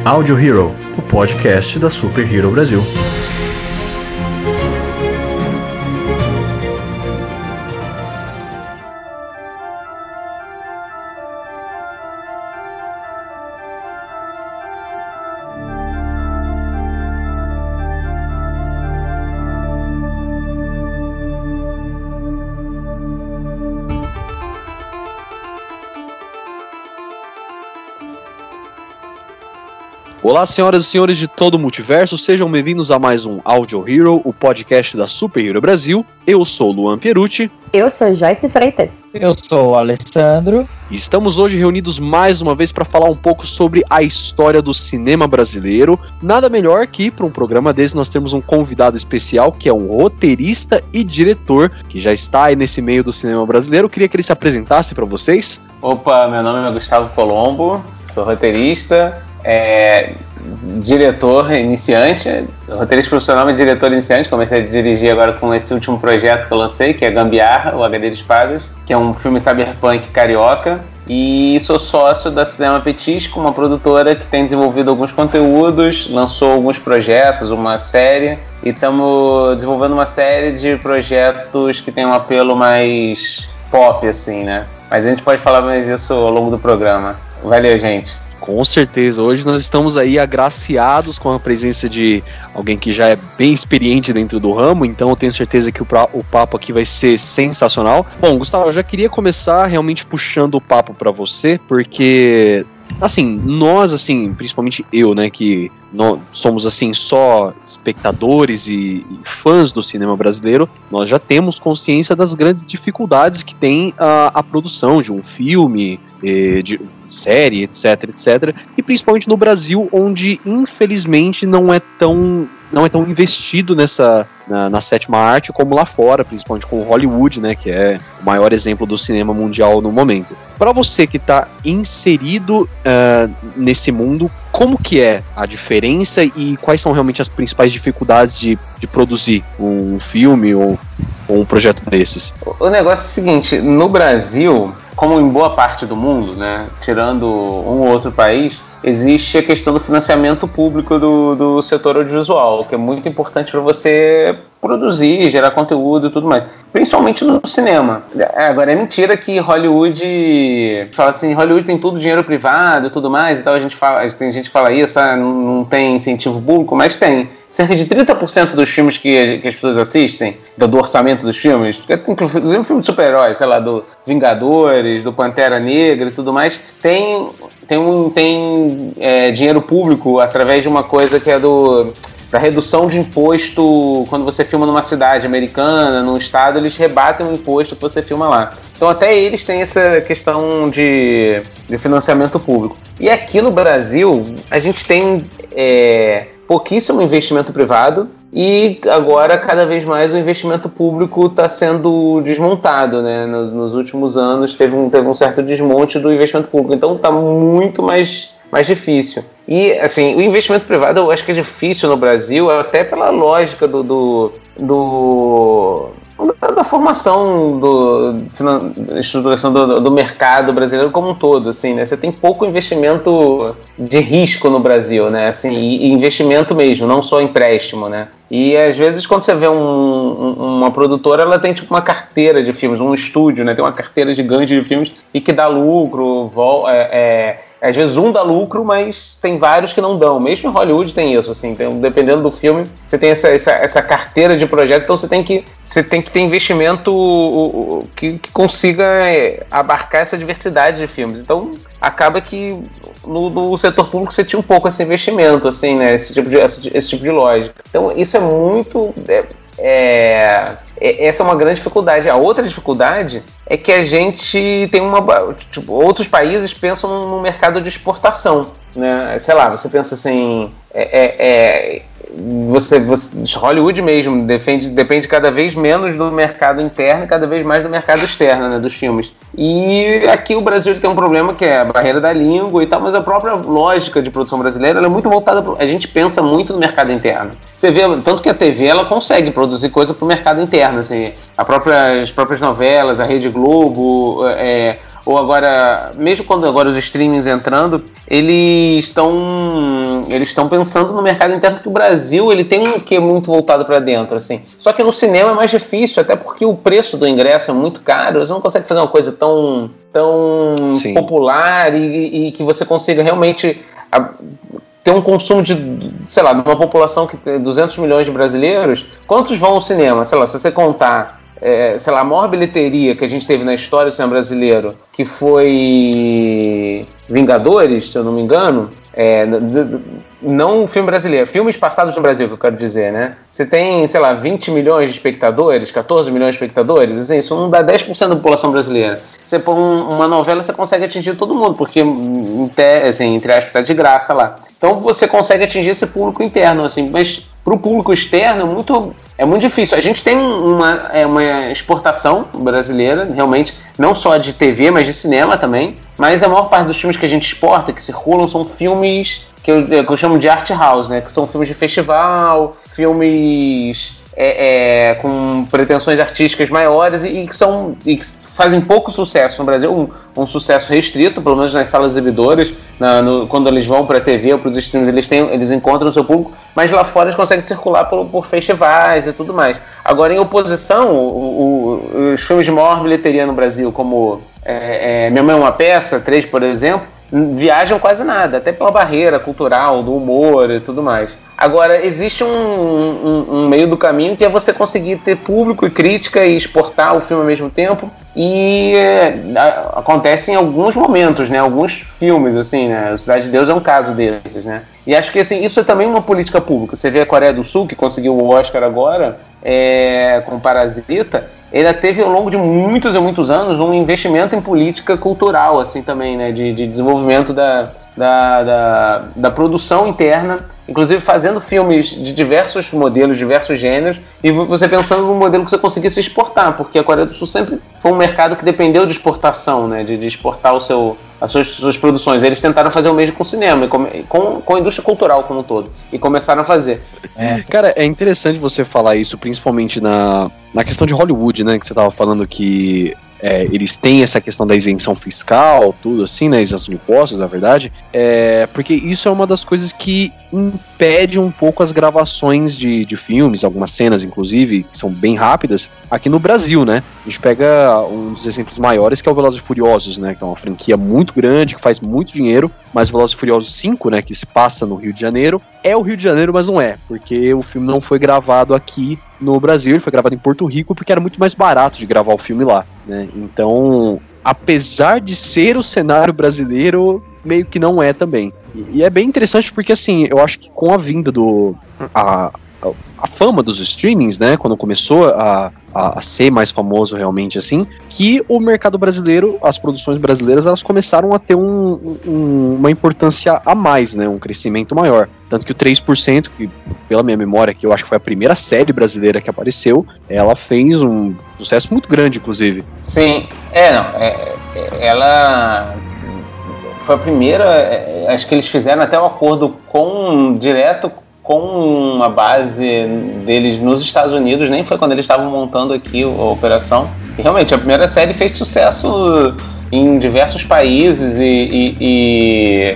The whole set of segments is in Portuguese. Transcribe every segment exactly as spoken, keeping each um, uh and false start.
Audio Hero, o podcast da Super Hero Brasil. Olá, senhoras e senhores de todo o multiverso, sejam bem-vindos a mais um Audio Hero, o podcast da Super Hero Brasil. Eu sou o Luan Pierucci. Eu sou Joyce Freitas. Eu sou o Alessandro. E estamos hoje reunidos mais uma vez para falar um pouco sobre a história do cinema brasileiro. Nada melhor que, para um programa desse, nós temos um convidado especial, que é um roteirista e diretor, que já está aí nesse meio do cinema brasileiro. Eu queria que ele se apresentasse para vocês. Opa, meu nome é Gustavo Colombo, sou roteirista. É, diretor iniciante, roteirista profissional e diretor iniciante. Comecei a dirigir agora com esse último projeto que eu lancei, que é Gambiarra, o H D de Espadas, que é um filme cyberpunk carioca. E sou sócio da Cinema Petisco, uma produtora que tem desenvolvido alguns conteúdos, lançou alguns projetos, uma série, e estamos desenvolvendo uma série de projetos que tem um apelo mais pop, assim, né? Mas a gente pode falar mais disso ao longo do programa. Valeu, gente! Com certeza, hoje nós estamos aí agraciados com a presença de alguém que já é bem experiente dentro do ramo, então eu tenho certeza que o, pra, o papo aqui vai ser sensacional. Bom, Gustavo, eu já queria começar realmente puxando o papo para você, porque, assim, nós, assim, principalmente eu, né, que nós somos, assim, só espectadores e, e fãs do cinema brasileiro, nós já temos consciência das grandes dificuldades que tem a, a produção de um filme, de série, etc, etc, e principalmente no Brasil, onde infelizmente não é tão não é tão investido nessa na, na sétima arte como lá fora, principalmente com Hollywood, né, que é o maior exemplo do cinema mundial no momento. Para você que está inserido uh, nesse mundo, como que é a diferença e quais são realmente as principais dificuldades de, de produzir um filme ou, ou um projeto desses? O negócio é o seguinte, no Brasil, como em boa parte do mundo, né, tirando um ou outro país, existe a questão do financiamento público do, do setor audiovisual, que é muito importante para você produzir, gerar conteúdo e tudo mais, principalmente no cinema. Agora, é mentira que Hollywood fala assim, Hollywood tem tudo dinheiro privado e tudo mais e tal, a gente fala, tem gente que fala isso, ah, não, não tem incentivo público, mas tem. Cerca de trinta por cento dos filmes que, que as pessoas assistem, do, do orçamento dos filmes, inclusive um filme de super-heróis, sei lá, do Vingadores, do Pantera Negra e tudo mais, tem, tem, um, tem é, dinheiro público através de uma coisa que é do... da redução de imposto quando você filma numa cidade americana, num estado, eles rebatem o imposto que você filma lá. Então até eles têm essa questão de, de financiamento público. E aqui no Brasil, a gente tem é, pouquíssimo investimento privado e agora cada vez mais o investimento público está sendo desmontado, né? Nos, nos últimos anos teve um, teve um certo desmonte do investimento público, então está muito mais... mais difícil. E, assim, o investimento privado eu acho que é difícil no Brasil, até pela lógica do... do, do da, da formação, do, da estruturação do, do mercado brasileiro como um todo, assim, né? Você tem pouco investimento de risco no Brasil, né? Assim, e, e investimento mesmo, não só empréstimo, né? E às vezes quando você vê um, um, uma produtora, ela tem tipo uma carteira de filmes, um estúdio, né? Tem uma carteira gigante de filmes e que dá lucro, vol- é, é, às vezes um dá lucro, mas tem vários que não dão. Mesmo em Hollywood tem isso, assim, tem, dependendo do filme, você tem essa, essa, essa carteira de projeto, então você tem que, você tem que ter investimento que, que consiga abarcar essa diversidade de filmes. Então acaba que no, no setor público você tinha um pouco esse investimento, assim, né? Esse tipo de, esse, esse tipo de lógica. Então isso é muito... É, é, essa é uma grande dificuldade. A outra dificuldade é que a gente tem uma... Tipo, outros países pensam no mercado de exportação, né? Sei lá, você pensa assim... É, é, é, você, você, Hollywood mesmo defende, depende cada vez menos do mercado interno e cada vez mais do mercado externo, né, dos filmes. E aqui o Brasil tem um problema que é a barreira da língua e tal, mas a própria lógica de produção brasileira ela é muito voltada pro, a gente pensa muito no mercado interno. Você vê, tanto que a T V ela consegue produzir coisa para o mercado interno, assim, a própria, as próprias novelas, a Rede Globo, é, ou agora, mesmo quando agora os streamings entrando, eles estão eles estão pensando no mercado interno, que o Brasil ele tem um quê muito voltado para dentro, assim. Só que no cinema é mais difícil, até porque o preço do ingresso é muito caro, você não consegue fazer uma coisa tão, tão popular e, e que você consiga realmente a, ter um consumo de, sei lá, de uma população que tem duzentos milhões de brasileiros. Quantos vão ao cinema? Sei lá, se você contar, é, sei lá, a maior bilheteria que a gente teve na história do cinema brasileiro, que foi Vingadores, se eu não me engano, é, não o filme brasileiro, filmes passados no Brasil, que eu quero dizer, né? Você tem, sei lá, vinte milhões de espectadores, catorze milhões de espectadores, assim, isso não dá dez por cento da população brasileira. Você põe uma novela, você consegue atingir todo mundo, porque, assim, entre aspas, tá de graça lá. Então você consegue atingir esse público interno, assim, mas para o público externo é muito, é muito difícil. A gente tem uma, é, uma exportação brasileira, realmente, não só de T V, mas de cinema também. Mas a maior parte dos filmes que a gente exporta, que circulam, são filmes que eu, que eu chamo de art house, né? Que são filmes de festival, filmes é, é, com pretensões artísticas maiores e, e que são... E que fazem pouco sucesso no Brasil, um, um sucesso restrito, pelo menos nas salas exibidoras, na, no, quando eles vão para a T V ou para os streams, eles, têm, eles encontram o seu público, mas lá fora eles conseguem circular por, por festivais e tudo mais. Agora, em oposição, o, o, os filmes de maior bilheteria no Brasil, como é, é, Minha Mãe é uma Peça, três, por exemplo, viajam quase nada, até pela barreira cultural, do humor e tudo mais. Agora, existe um, um, um meio do caminho que é você conseguir ter público e crítica e exportar o filme ao mesmo tempo. E é, acontece em alguns momentos, né? Alguns filmes, assim, né? O Cidade de Deus é um caso desses, né? E acho que assim, isso é também uma política pública. Você vê a Coreia do Sul, que conseguiu o Oscar agora, é, com Parasita, ele teve ao longo de muitos e muitos anos um investimento em política cultural, assim, também, né? De, de desenvolvimento da, da, da, da produção interna, inclusive fazendo filmes de diversos modelos, diversos gêneros, e você pensando num modelo que você conseguisse exportar, porque a Coreia do Sul sempre foi um mercado que dependeu de exportação, né, de, de exportar o seu, as suas, suas produções. Eles tentaram fazer o mesmo com o cinema, com, com, com a indústria cultural como um todo, e começaram a fazer. É. Cara, é interessante você falar isso, principalmente na, na questão de Hollywood, né, que você estava falando que É, eles têm essa questão da isenção fiscal, tudo assim, né, isenção de impostos, na verdade, é, porque isso é uma das coisas que impede um pouco as gravações de, de filmes, algumas cenas, inclusive, que são bem rápidas, aqui no Brasil, né. A gente pega um dos exemplos maiores, que é o Velozes e Furiosos, né, que é uma franquia muito grande, que faz muito dinheiro, mas o Velozes e Furiosos cinco, né, que se passa no Rio de Janeiro, é o Rio de Janeiro, mas não é, porque o filme não foi gravado aqui no Brasil, ele foi gravado em Porto Rico, porque era muito mais barato de gravar o filme lá, né? Então, apesar de ser o cenário brasileiro, meio que não é também. E, e é bem interessante porque, assim, eu acho que com a vinda do... A, a, a fama dos streamings, né, quando começou a, a, a ser mais famoso realmente, assim, que o mercado brasileiro, as produções brasileiras, elas começaram a ter um, um, uma importância a mais, né, um crescimento maior. Tanto que o três por cento, que pela minha memória, que eu acho que foi a primeira série brasileira que apareceu, ela fez um sucesso muito grande, inclusive. Sim, é, não, é, ela foi a primeira, é, acho que eles fizeram até um acordo com, direto com uma base deles nos Estados Unidos, nem foi quando eles estavam montando aqui a operação. E realmente, a primeira série fez sucesso em diversos países e... e, e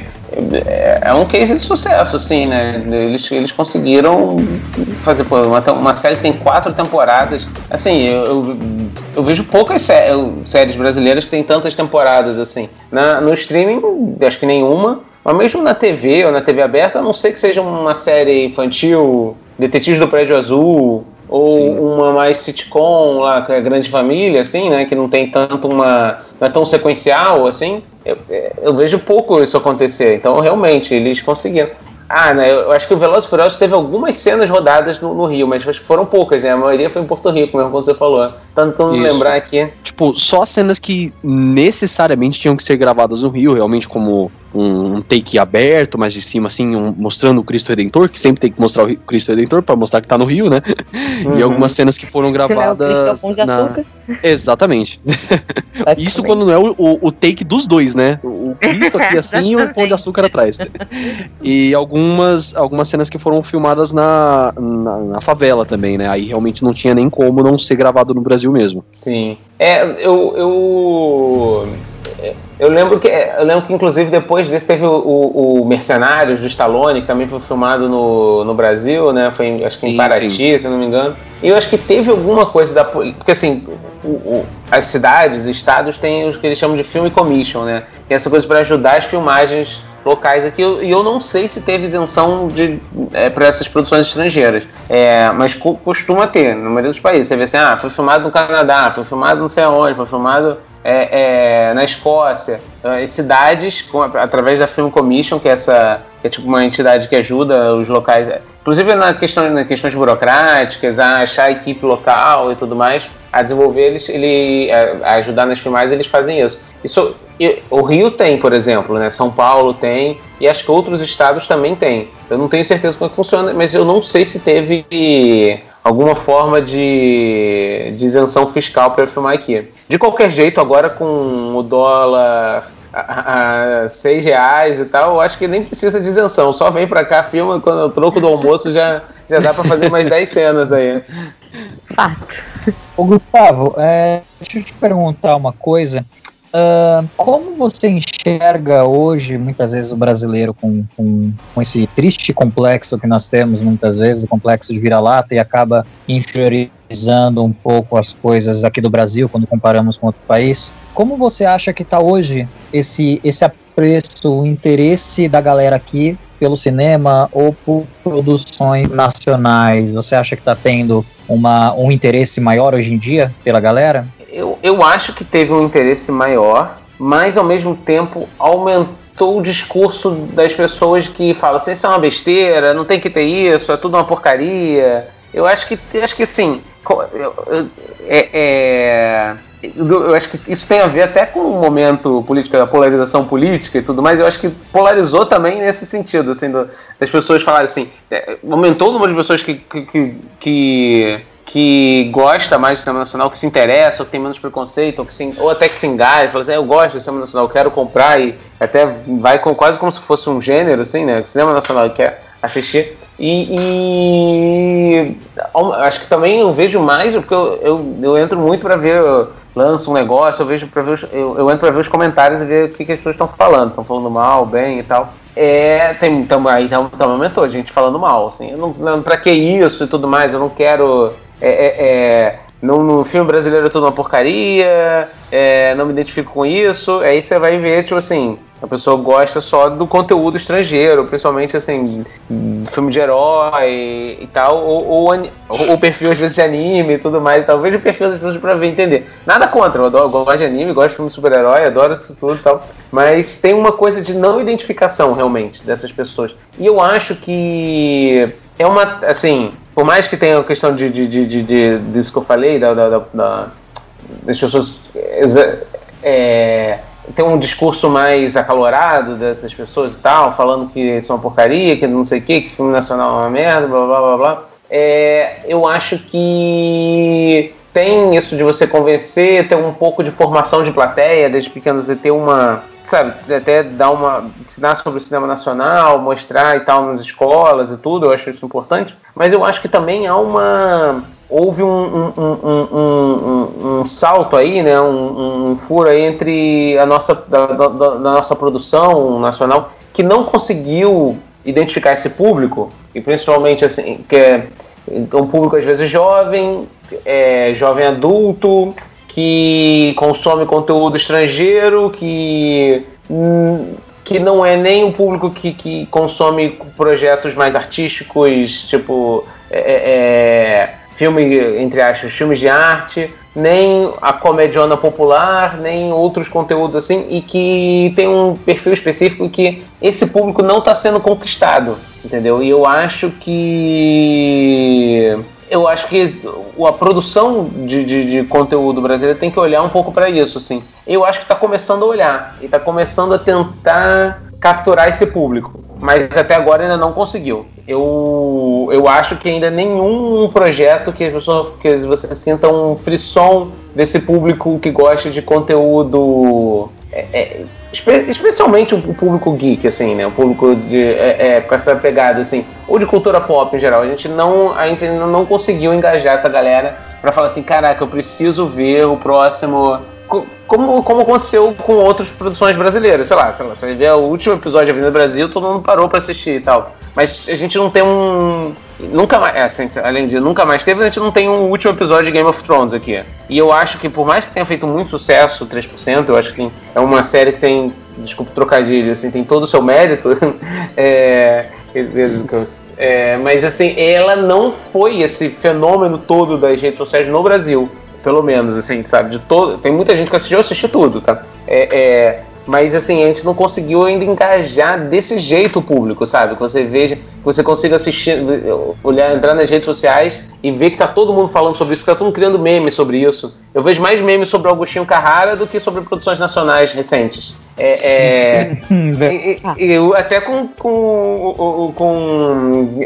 é um case de sucesso, assim, né? Eles, eles conseguiram fazer pô, uma, uma série que tem quatro temporadas. Assim, eu, eu, eu vejo poucas sé- séries brasileiras que tem tantas temporadas, assim. Na, no streaming, acho que nenhuma. Mas mesmo na T V ou na T V aberta, a não ser que seja uma série infantil, Detetives do Prédio Azul, ou sim, uma mais sitcom lá, que é Grande Família, assim, né? Que não tem tanto uma... não é tão sequencial, assim. Eu, eu vejo pouco isso acontecer. Então, realmente, eles conseguiram. Ah, né, eu acho que o Velozes e Furiosos teve algumas cenas rodadas no, no Rio, mas acho que foram poucas, né? A maioria foi em Porto Rico, mesmo como você falou. Tentando lembrar aqui. Tipo, só as cenas que necessariamente tinham que ser gravadas no Rio, realmente como um, um take aberto, mais de cima, assim, um, mostrando o Cristo Redentor, que sempre tem que mostrar o Cristo Redentor pra mostrar que tá no Rio, né? Uhum. E algumas cenas que foram gravadas... Senão, o Cristo é o Pão de Açúcar. Na... Exatamente. Isso quando não é o, o, o take dos dois, né? O Cristo aqui assim e o Pão de Açúcar atrás. E algumas, algumas cenas que foram filmadas na, na, na favela também, né? Aí realmente não tinha nem como não ser gravado no Brasil mesmo. Sim. É, eu... eu... Eu lembro que, eu lembro que inclusive, depois desse teve o, o, o Mercenários, do Stallone, que também foi filmado no, no Brasil, né? Foi, acho que sim, em Paraty, sim. se eu não me engano. E eu acho que teve alguma coisa da... Porque, assim, o, o, as cidades, os estados têm o que eles chamam de film commission, né? Que é essa coisa para ajudar as filmagens locais aqui, e eu não sei se teve isenção de, é, para essas produções estrangeiras, é, mas co- costuma ter, na maioria dos países. Você vê assim, ah, foi filmado no Canadá, foi filmado não sei aonde, foi filmado é, é, na Escócia, as cidades, com, através da Film Commission, que é, essa, que é tipo uma entidade que ajuda os locais, inclusive na questão, nas questões burocráticas, a achar a equipe local e tudo mais, a desenvolver eles, ele, a, a ajudar nas filmagens, eles fazem isso. Isso o Rio tem, por exemplo, né? São Paulo tem, e acho que outros estados também tem. Eu não tenho certeza como é que funciona, mas eu não sei se teve alguma forma de, de isenção fiscal para filmar aqui. De qualquer jeito, agora com o dólar a, a seis reais e tal, eu acho que nem precisa de isenção. Só vem para cá, filma, quando o troco do almoço já, já dá para fazer mais dez cenas aí. Fato. Ô Gustavo, é, deixa eu te perguntar uma coisa. Uh, como você enxerga hoje, muitas vezes, o brasileiro com, com, com esse triste complexo que nós temos, muitas vezes, o complexo de vira-lata, e acaba inferiorizando um pouco as coisas aqui do Brasil, quando comparamos com outro país? Como você acha que está hoje esse, esse apreço, o interesse da galera aqui pelo cinema ou por produções nacionais? Você acha que está tendo uma, um interesse maior hoje em dia pela galera? Eu, eu acho que teve um interesse maior, mas ao mesmo tempo aumentou o discurso das pessoas que falam assim, isso é uma besteira, não tem que ter isso, é tudo uma porcaria. Eu acho que, eu acho que assim, é, é, eu acho que isso tem a ver até com o momento político, a polarização política e tudo mais. Eu acho que polarizou também nesse sentido, assim, do, das pessoas falarem assim, aumentou o número de pessoas que... que, que, que que gosta mais do cinema nacional, que se interessa, ou que tem menos preconceito, ou, que se, ou até que se engaja, fala assim, eu gosto do cinema nacional, eu quero comprar, e até vai com, quase como se fosse um gênero, assim, né, cinema nacional, quer assistir. E, e acho que também eu vejo mais, porque eu, eu, eu entro muito para ver, eu lanço um negócio, eu vejo para ver, eu, eu entro para ver os comentários e ver o que, que as pessoas estão falando, estão falando mal, bem e tal. É, tem, tam, aí também aumentou a gente falando mal, assim, eu não, não, pra que isso e tudo mais, eu não quero... É, é, é, no, no filme brasileiro é tudo uma porcaria, é, não me identifico com isso. Aí você vai ver, tipo assim, a pessoa gosta só do conteúdo estrangeiro, principalmente assim, filme de herói e tal, ou, ou, ou perfil às vezes de anime e tudo mais e tal. Veja o perfil das pessoas pra ver entender. Nada contra, eu, adoro, eu gosto de anime, gosto de filme de super-herói, adoro isso tudo e tal. Mas tem uma coisa de não identificação realmente dessas pessoas. E eu acho que é uma, assim, por mais que tenha a questão de, de, de, de, de disso que eu falei, da, da, da, das pessoas é, ter um discurso mais acalorado dessas pessoas e tal, falando que isso é uma porcaria, que não sei o que, que filme nacional é uma merda, blá blá blá blá. É, eu acho que tem isso de você convencer, ter um pouco de formação de plateia, desde pequeno você ter uma... sabe, até dar uma, ensinar sobre o cinema nacional, mostrar e tal nas escolas e tudo, eu acho isso importante, mas eu acho que também há uma, houve um, um, um, um, um, um salto aí, né, um, um furo aí entre a nossa, da, da, da nossa produção nacional, que não conseguiu identificar esse público, e principalmente assim, que é um público às vezes jovem, é, jovem adulto, que consome conteúdo estrangeiro, que, que não é nem o público que, que consome projetos mais artísticos, tipo é, é, filme, entre aspas, filmes de arte, nem a comediona popular, nem outros conteúdos assim, e que tem um perfil específico que esse público não está sendo conquistado, entendeu? E eu acho que... Eu acho que a produção de, de, de conteúdo brasileiro tem que olhar um pouco para isso, assim. Eu acho que está começando a olhar e está começando a tentar capturar esse público, mas até agora ainda não conseguiu. Eu, eu acho que ainda nenhum projeto que, as pessoas, que você sinta um frisson desse público que gosta de conteúdo... É, é, espe- especialmente o público geek, assim, né? O público de, é, é, com essa pegada, assim, ou de cultura pop em geral. A gente não, a gente ainda não conseguiu engajar essa galera pra falar assim, caraca, eu preciso ver o próximo como, como aconteceu com outras produções brasileiras, sei lá, sei lá, você vê o último episódio de Avenida Brasil, todo mundo parou pra assistir e tal. Mas a gente não tem um... Nunca mais, é, assim, além de nunca mais teve, a gente não tem um último episódio de Game of Thrones aqui. E eu acho que por mais que tenha feito muito sucesso, três por cento, eu acho que tem, é uma série que tem, desculpa o trocadilho, assim, tem todo o seu mérito. é, é, mas assim, ela não foi esse fenômeno todo das redes sociais no Brasil. Pelo menos, assim, sabe, de todo... Tem muita gente que assistiu, eu assisti tudo, tá? É, é, mas, assim, a gente não conseguiu ainda engajar desse jeito o público, sabe? Que você veja, que você consiga assistir, olhar, entrar nas redes sociais e ver que tá todo mundo falando sobre isso, que tá todo mundo criando memes sobre isso. Eu vejo mais memes sobre Augustinho Carrara do que sobre produções nacionais recentes. É, é, eu até com com, com,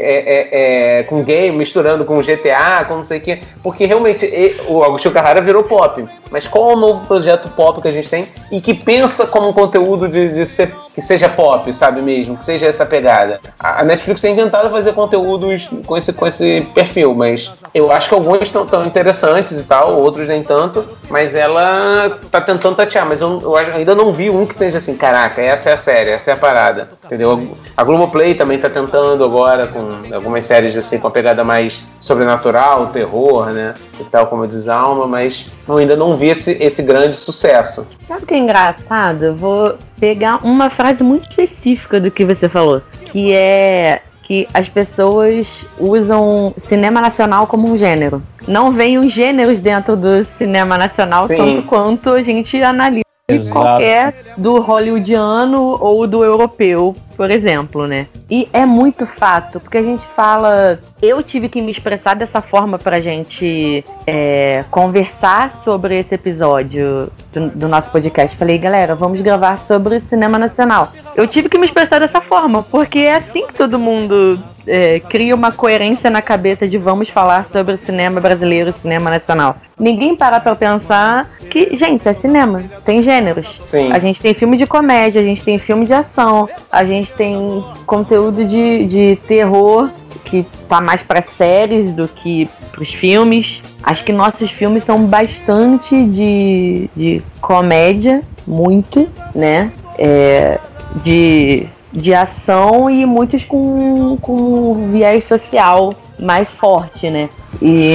é, é, com game, misturando com G T A, com não sei o que, porque realmente o Augustinho Carrara virou pop, mas qual é o novo projeto pop que a gente tem e que pensa como um conteúdo de, de ser, que seja pop, sabe mesmo, que seja essa pegada. A Netflix tem tentado fazer conteúdos com esse, com esse perfil, mas eu acho que alguns estão tão interessantes e tal, outros nem tanto, mas ela tá tentando tatear, mas eu, eu ainda não vi um que seja assim, caraca, essa é a série, essa é a parada, entendeu? A Globoplay também tá tentando agora com algumas séries assim, com a pegada mais sobrenatural, terror, né, e tal, como Desalma, mas eu ainda não vi esse, esse grande sucesso. Sabe o que é engraçado? Eu vou pegar uma frase muito específica do que você falou, que é que as pessoas usam cinema nacional como um gênero. Não veem os gêneros dentro do cinema nacional, Sim. tanto quanto a gente analisa Exato. Qualquer do hollywoodiano ou do europeu, por exemplo, né? E é muito fato, porque a gente fala... Eu tive que me expressar dessa forma pra gente é, conversar sobre esse episódio do, do nosso podcast. Falei, galera, vamos gravar sobre cinema nacional. Eu tive que me expressar dessa forma, porque é assim que todo mundo... É, cria uma coerência na cabeça de vamos falar sobre cinema brasileiro, cinema nacional. Ninguém para pra pensar que, gente, é cinema, tem gêneros. Sim. A gente tem filme de comédia, a gente tem filme de ação, a gente tem conteúdo de, de terror que tá mais para séries do que pros filmes. Acho que nossos filmes são bastante de, de comédia, muito, né? É, de... de ação e muitos com, com viés social mais forte, né? E,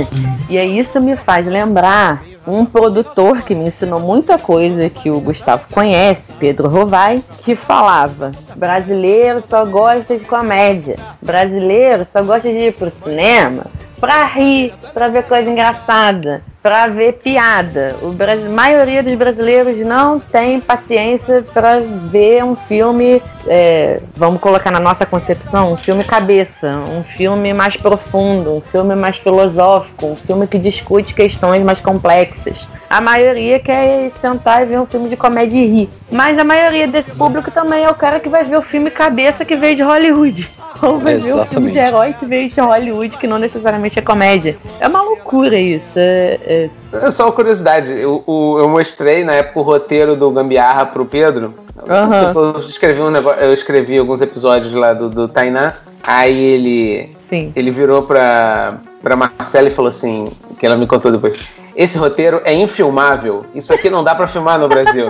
e aí isso me faz lembrar um produtor que me ensinou muita coisa que o Gustavo conhece, Pedro Rovai, que falava: brasileiro só gosta de comédia, brasileiro só gosta de ir pro cinema pra rir, pra ver coisa engraçada, pra ver piada. O Brasil, a maioria dos brasileiros não tem paciência pra ver um filme, é, vamos colocar na nossa concepção, um filme cabeça, um filme mais profundo, um filme mais filosófico, um filme que discute questões mais complexas. A maioria quer sentar e ver um filme de comédia e rir. Mas a maioria desse público também é o cara que vai ver o filme cabeça que veio de Hollywood. Ou vai ver o filme de herói que veio de Hollywood, que não necessariamente é comédia. É uma loucura isso. É, é... Só uma curiosidade, eu, eu, eu mostrei na época o roteiro do Gambiarra pro Pedro. Uhum. Eu, escrevi um negócio, eu escrevi alguns episódios lá do, do Tainá. Aí ele, Sim. ele virou pra, pra Marcela e falou assim, que ela me contou depois: esse roteiro é infilmável, isso aqui não dá pra filmar no Brasil.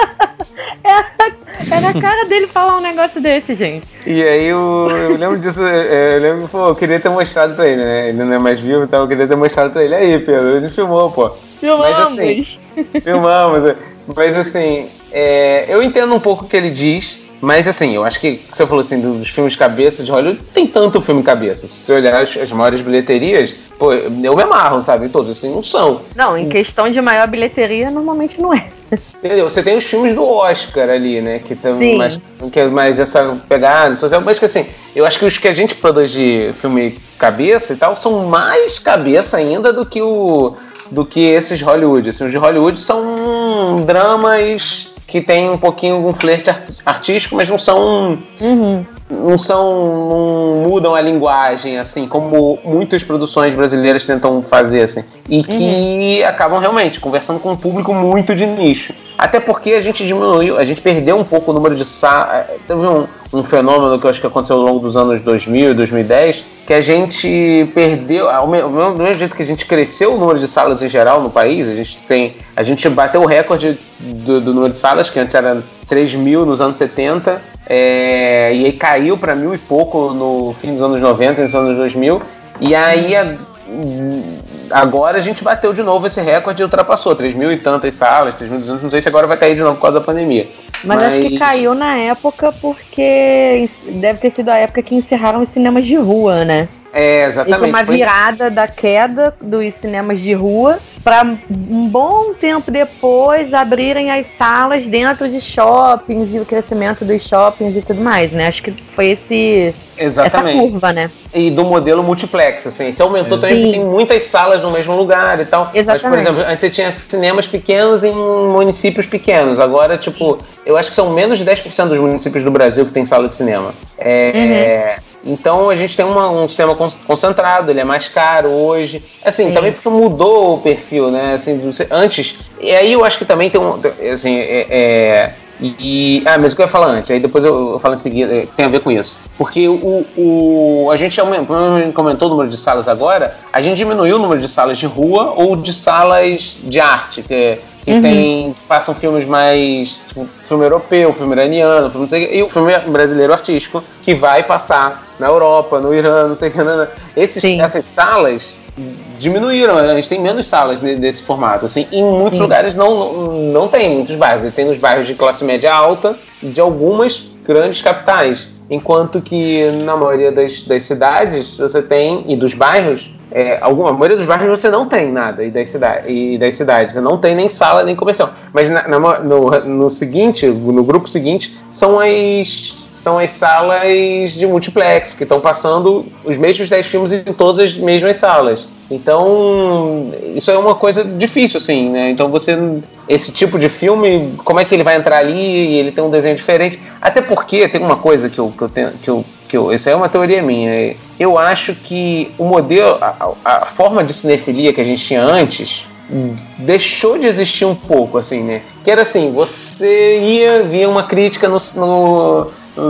Era a cara dele falar um negócio desse, gente. E aí eu, eu lembro disso, eu lembro que pô, eu queria ter mostrado pra ele, né? Ele não é mais vivo, então eu queria ter mostrado pra ele. Aí, Pedro, a gente filmou, pô. Filmamos. Mas assim, filmamos. Mas assim, é, eu entendo um pouco o que ele diz, mas assim, eu acho que você falou assim, dos filmes cabeça de Hollywood, tem tanto filme cabeça. Se você olhar as, as maiores bilheterias, pô, eu me amarro, sabe? Todos assim, não são. Não, em questão de maior bilheteria, normalmente não é. Entendeu? Você tem os filmes do Oscar ali, né? Que tem mais, que é mais essa pegada social, mas que assim, eu acho que os que a gente produz de filme cabeça e tal são mais cabeça ainda do que o do que esses Hollywood. Assim, os de Hollywood são dramas que tem um pouquinho um flerte artístico, mas não são uhum. não são não mudam a linguagem assim como muitas produções brasileiras tentam fazer assim, e que uhum. acabam realmente conversando com um público muito de nicho. Até porque a gente diminuiu, a gente perdeu um pouco o número de sa... Teve um, um fenômeno que eu acho que aconteceu ao longo dos anos dois mil e dois mil e dez, que a gente perdeu, ao mesmo, do mesmo jeito que a gente cresceu o número de salas em geral no país, a gente tem, a gente bateu o recorde do, do número de salas, que antes era três mil nos anos setenta, é, e aí caiu para mil e pouco no fim dos anos noventa, nos anos dois mil, e aí a, agora a gente bateu de novo esse recorde e ultrapassou três mil e tantas salas, três mil e duzentas, não sei se agora vai cair de novo por causa da pandemia. Mas, Mas acho que caiu na época porque deve ter sido a época que encerraram os cinemas de rua, né? É, exatamente. Isso é uma virada da queda dos cinemas de rua para um bom tempo depois abrirem as salas dentro de shoppings e o crescimento dos shoppings e tudo mais, né? Acho que foi esse, exatamente. essa curva, né? E do modelo multiplex, assim. Isso aumentou Sim. também porque tem muitas salas no mesmo lugar e tal. Exatamente. Mas, por exemplo, antes você tinha cinemas pequenos em municípios pequenos. Agora, tipo, eu acho que são menos de dez por cento dos municípios do Brasil que tem sala de cinema. É... Uhum. Então a gente tem uma, um cinema concentrado, ele é mais caro hoje. Assim, Sim. também porque mudou o perfil, né? Assim, antes. E aí eu acho que também tem um. Assim, é, é, e, ah, mas o que eu ia falar antes, aí depois eu, eu falo em seguida, tem a ver com isso. Porque o, o, a gente aumentou, a gente comentou o número de salas agora, a gente diminuiu o número de salas de rua ou de salas de arte, que, que uhum. tem, façam filmes mais, tipo, filme europeu, filme iraniano, filme não sei, e o filme brasileiro artístico, que vai passar na Europa, no Irã, não sei o que, não, não. Esses, essas salas diminuíram, a gente tem menos salas desse formato, assim, em muitos Sim. lugares não, não, não tem muitos bairros, tem nos bairros de classe média alta de algumas grandes capitais, enquanto que na maioria das, das cidades você tem, e dos bairros, é, alguma, a maioria dos bairros você não tem nada, e das, cidade, e das cidades, você não tem nem sala, nem comercial, mas na, na, no, no seguinte, no grupo seguinte, são as... são as salas de multiplex, que estão passando os mesmos dez filmes em todas as mesmas salas. Então, isso é uma coisa difícil, assim, né? Então, você, esse tipo de filme, como é que ele vai entrar ali e ele tem um desenho diferente? Até porque tem uma coisa que eu, que eu tenho, que eu, que eu, isso aí é uma teoria minha. Eu acho que o modelo, a, a forma de cinefilia que a gente tinha antes, deixou de existir um pouco, assim, né? Que era assim, você ia, via uma crítica no... no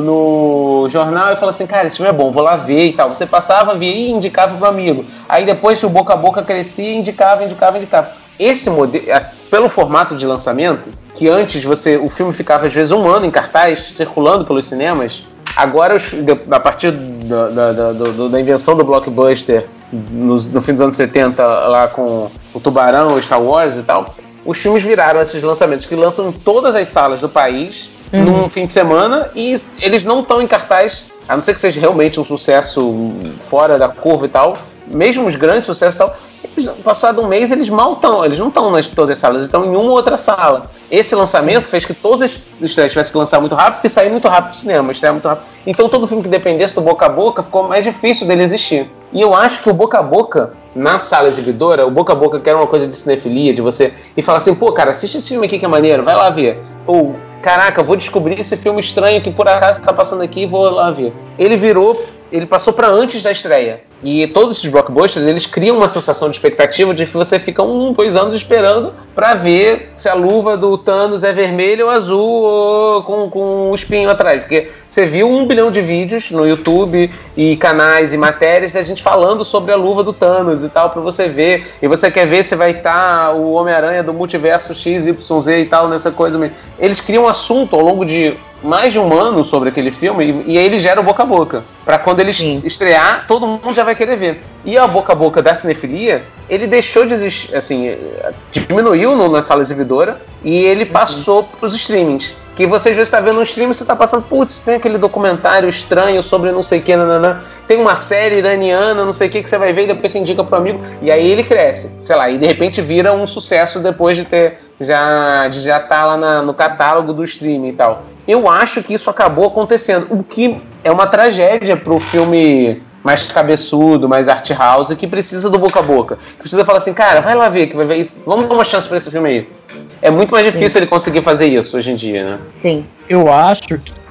no jornal e fala assim, cara, esse filme é bom, vou lá ver e tal. Você passava, via e indicava pro amigo. Aí depois, se o boca a boca crescia, indicava, indicava, indicava. Esse modelo, pelo formato de lançamento, que antes você, o filme ficava às vezes um ano em cartaz, circulando pelos cinemas, agora, a partir da, da, da, da invenção do blockbuster no, no fim dos anos setenta, lá com o Tubarão, o Star Wars e tal, os filmes viraram esses lançamentos que lançam em todas as salas do país, Uhum. num fim de semana, e eles não estão em cartaz, a não ser que seja realmente um sucesso fora da curva e tal, mesmo os grandes sucessos e tal, eles, passado um mês eles mal estão, eles não estão nas todas as salas, eles estão em uma ou outra sala. Esse lançamento fez que todos os estreias tivessem que lançar muito rápido e sair muito rápido do cinema, estrear muito rápido. Então todo filme que dependesse do boca a boca ficou mais difícil dele existir. E eu acho que o boca a boca, na sala exibidora, o boca a boca que era uma coisa de cinefilia, de você e falar assim, pô, cara, assiste esse filme aqui que é maneiro, vai lá ver. Ou, caraca, vou descobrir esse filme estranho que por acaso tá passando aqui e vou lá ver. Ele virou, ele passou pra antes da estreia. E todos esses blockbusters, eles criam uma sensação de expectativa de que você fica um, dois anos esperando pra ver se a luva do Thanos é vermelha ou azul ou com, com um espinho atrás. Porque você viu um bilhão de vídeos no YouTube e canais e matérias da gente falando sobre a luva do Thanos e tal, pra você ver. E você quer ver se vai estar o Homem-Aranha do multiverso X Y Z e tal, nessa coisa mesmo. Eles criam um assunto ao longo de mais de um ano sobre aquele filme e, e aí ele gera o boca a boca. Pra quando ele Sim. estrear, todo mundo já vai querer ver. E a boca a boca da cinefilia, ele deixou de existir, assim, diminuiu no, na sala exibidora e ele passou uhum. pros streamings. Que você já está vendo um stream e você está passando, putz, tem aquele documentário estranho sobre não sei o que, nananã. Tem uma série iraniana, não sei o que, que você vai ver e depois você indica pro amigo. E aí ele cresce, sei lá, e de repente vira um sucesso depois de ter, já, de já estar lá na, no catálogo do streaming e tal. Eu acho que isso acabou acontecendo, o que é uma tragédia pro filme mais cabeçudo, mais art house, que precisa do boca a boca. Precisa falar assim, cara, vai lá ver, que vai ver isso. Vamos dar uma chance pra esse filme aí. É muito mais difícil Sim. ele conseguir fazer isso hoje em dia, né? Sim. Eu acho que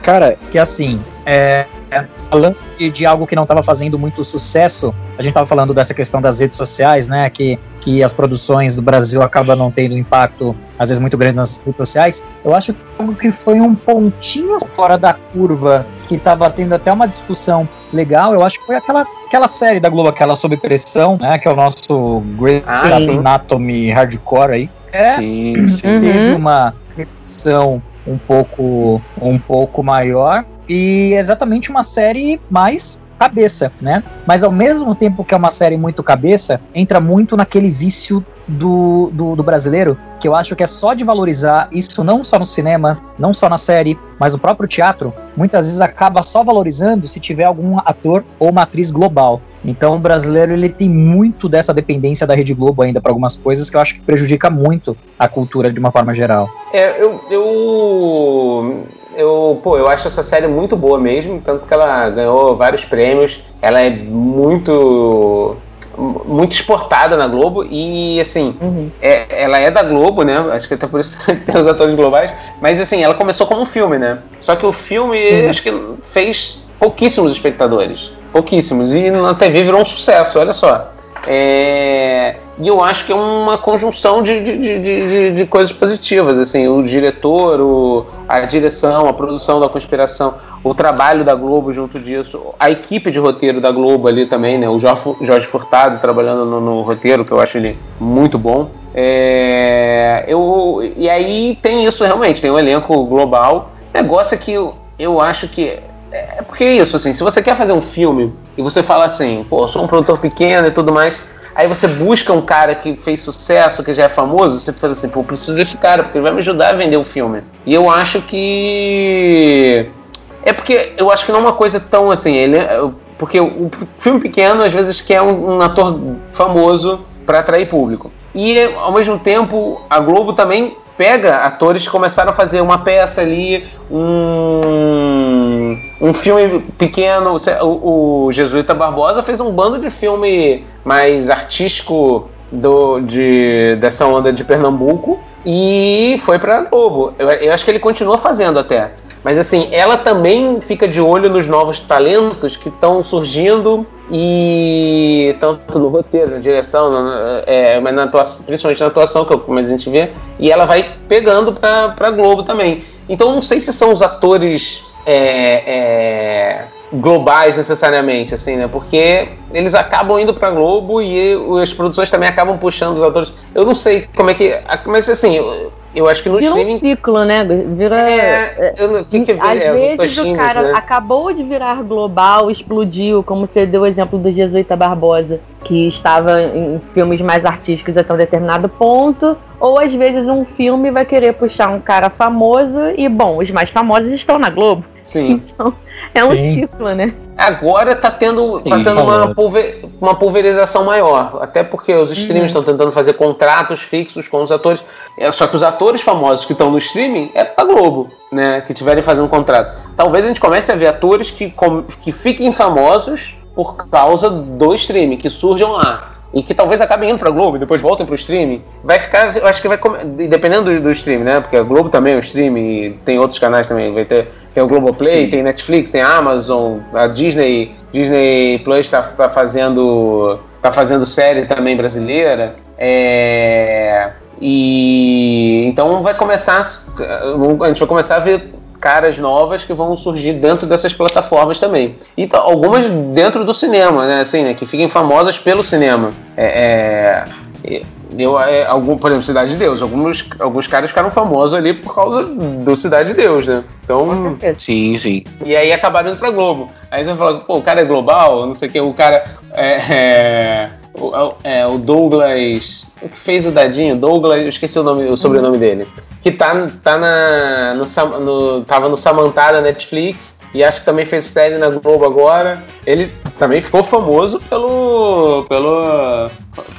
Cara, que assim, é, falando de, de algo que não estava fazendo muito sucesso, a gente estava falando dessa questão das redes sociais, né, que, que as produções do Brasil acabam não tendo impacto, às vezes, muito grande nas redes sociais. Eu acho que algo que foi um pontinho fora da curva, que estava tendo até uma discussão legal, eu acho que foi aquela, aquela série da Globo, aquela Sob Pressão, né, que é o nosso Grey's Ah, Anatomy Hardcore aí. É, sim, sim. teve uma repetição um pouco, um pouco maior e exatamente uma série mais cabeça, né? Mas ao mesmo tempo que é uma série muito cabeça, entra muito naquele vício do, do, do brasileiro, que eu acho que é só de valorizar isso não só no cinema, não só na série, mas no próprio teatro, muitas vezes acaba só valorizando se tiver algum ator ou uma atriz global. Então o brasileiro ele tem muito dessa dependência da Rede Globo ainda para algumas coisas que eu acho que prejudica muito a cultura de uma forma geral. É, eu... eu... Eu, pô, eu acho essa série muito boa mesmo, tanto que ela ganhou vários prêmios, ela é muito muito exportada na Globo e, assim, uhum. é, ela é da Globo, né, acho que até por isso tem os atores globais, mas, assim, ela começou como um filme, né, só que o filme, uhum. acho que fez pouquíssimos espectadores, pouquíssimos, e na T V virou um sucesso, olha só. É, e eu acho que é uma conjunção de, de, de, de, de coisas positivas, assim, o diretor, o, a direção, a produção da Conspiração, o trabalho da Globo junto disso, a equipe de roteiro da Globo ali também, né, o Jorge Furtado trabalhando no, no roteiro, que eu acho ele muito bom. É, eu, e aí tem isso realmente, tem um elenco global, negócio é que eu, eu acho que é porque é isso, assim, se você quer fazer um filme e você fala assim, pô, eu sou um produtor pequeno e tudo mais, aí você busca um cara que fez sucesso, que já é famoso, você fala assim, pô, eu preciso desse cara, porque ele vai me ajudar a vender o filme. E eu acho que... É porque eu acho que não é uma coisa tão assim, ele é... porque o filme pequeno às vezes quer um, um ator famoso para atrair público. E ao mesmo tempo a Globo também pega atores que começaram a fazer uma peça ali, um, um filme pequeno. O, o Jesuíta Barbosa fez um bando de filme mais artístico do, de, dessa onda de Pernambuco e foi pra Globo. Eu, eu acho que ele continua fazendo até. Mas assim, ela também fica de olho nos novos talentos que estão surgindo e tanto no roteiro, na direção, na, é, mas na atuação, principalmente na atuação, que é o que mais a gente vê, e ela vai pegando pra, pra Globo também. Então não sei se são os atores é, é, globais necessariamente, assim, né? Porque eles acabam indo pra Globo e as produções também acabam puxando os atores. Eu não sei como é que... Mas assim... Eu, Eu acho que no Vira streaming... um ciclo, né? Vira... É, eu, que que às é, vezes o cara né? acabou de virar global, explodiu, como você deu o exemplo do Jesuíta Barbosa, que estava em filmes mais artísticos até um determinado ponto, ou às vezes um filme vai querer puxar um cara famoso e, bom, os mais famosos estão na Globo. Sim. Então, é um Sim. ciclo, né? Agora tá tendo, tá tendo uma, pulver, uma pulverização maior, até porque os streamings estão uhum. tentando fazer contratos fixos com os atores, só que os atores famosos que estão no streaming é pra Globo, né, que tiverem fazendo contrato. Talvez a gente comece a ver atores que, que fiquem famosos por causa do streaming, que surjam lá. E que talvez acabem indo pra Globo e depois voltem pro streaming. Vai ficar, eu acho que vai, dependendo do, do streaming, né? Porque a Globo também é um streaming e tem outros canais também. Vai ter, tem o Globoplay, Sim. tem Netflix, tem a Amazon, a Disney, Disney Plus tá, tá fazendo, tá fazendo série também brasileira. É, e então vai começar, a gente vai começar a ver caras novas que vão surgir dentro dessas plataformas também. E t- algumas dentro do cinema, né? Assim, né? Que fiquem famosas pelo cinema. É, é, eu, é, algum, por exemplo, Cidade de Deus. Alguns, alguns caras ficaram famosos ali por causa do Cidade de Deus, né? Então, sim, sim. E aí acabaram indo pra Globo. Aí você vai falar, pô, o cara é global, não sei o que, o cara é... é O, é, o Douglas, o que fez o Dadinho, Douglas, eu esqueci o nome, o sobrenome dele, que tá, tá na, no, no, tava no Samantha da Netflix e acho que também fez série na Globo agora. Ele também ficou famoso pelo, pelo,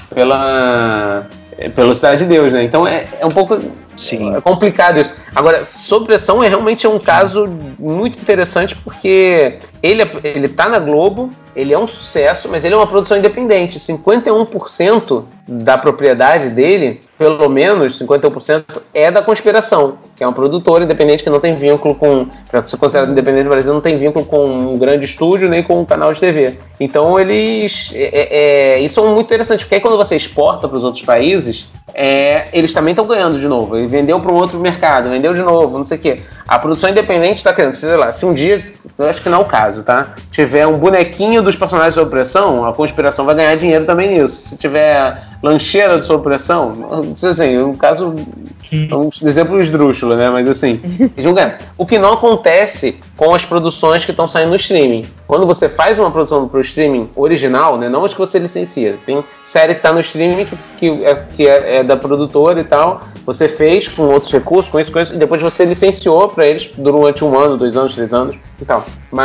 pela, pelo Cidade de Deus, né? Então é, é um pouco Sim. é complicado isso. Agora, Sob Pressão é realmente um caso muito interessante porque ele, ele tá na Globo, ele é um sucesso, mas ele é uma produção independente. cinquenta e um por cento da propriedade dele pelo menos cinquenta e um por cento é da Conspiração, que é uma produtora independente que não tem vínculo com, para ser considerado independente no Brasil, não tem vínculo com um grande estúdio nem com um canal de T V. Então eles, é, é, isso é muito interessante, porque aí quando você exporta para os outros países, é, eles também estão ganhando de novo. Ele vendeu para um outro mercado, vendeu de novo, não sei o quê. A produção independente está querendo, sei lá, se um dia, eu acho que não é o caso, tá? Tiver um bonequinho dos personagens sob pressão, a Conspiração vai ganhar dinheiro também nisso. Se tiver lancheira de sob pressão, assim, um caso, um exemplo esdrúxulo, né? Mas assim, eles vão ganhar. O que não acontece com as produções que estão saindo no streaming. Quando você faz uma produção para o streaming original, né? Não as que você licencia. Tem série que está no streaming que, que, é, que é, é da produtora e tal. Você fez com outros recursos, com isso, com isso, e depois você licenciou para eles durante um ano, dois anos, três anos e tal.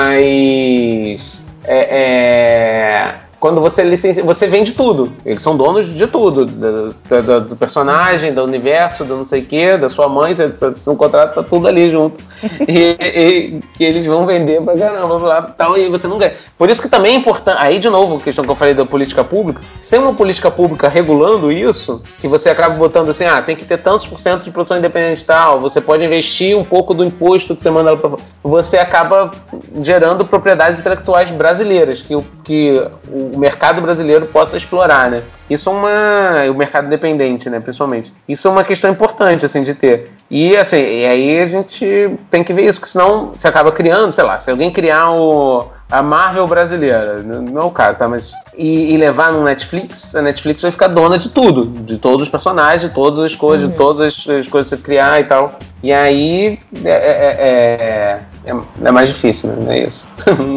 Mas é, é, quando você licencia, você vende tudo. Eles são donos de tudo, do, do, do personagem, do universo, do não sei o que, da sua mãe, você, você um contrato, tá tudo ali junto. E, e que eles vão vender pra caramba, lá, tal, e você não ganha. Por isso que também é importante, aí de novo, a questão que eu falei da política pública, ser uma política pública regulando isso, que você acaba botando assim, ah, tem que ter tantos por cento de produção independente tal, você pode investir um pouco do imposto que você manda pra... Você acaba gerando propriedades intelectuais brasileiras, que o, que o mercado brasileiro possa explorar, né? Isso é uma... o mercado independente, né, principalmente. Isso é uma questão importante, assim, de ter. E, assim, e aí a gente tem que ver isso, porque senão você acaba criando, sei lá, se alguém criar o... a Marvel brasileira, não é o caso, tá? Mas e, e levar no Netflix, a Netflix vai ficar dona de tudo, de todos os personagens, de todas as coisas, uhum. de todas as, as coisas que você criar e tal. E aí é, é, é, é mais difícil, né? É isso.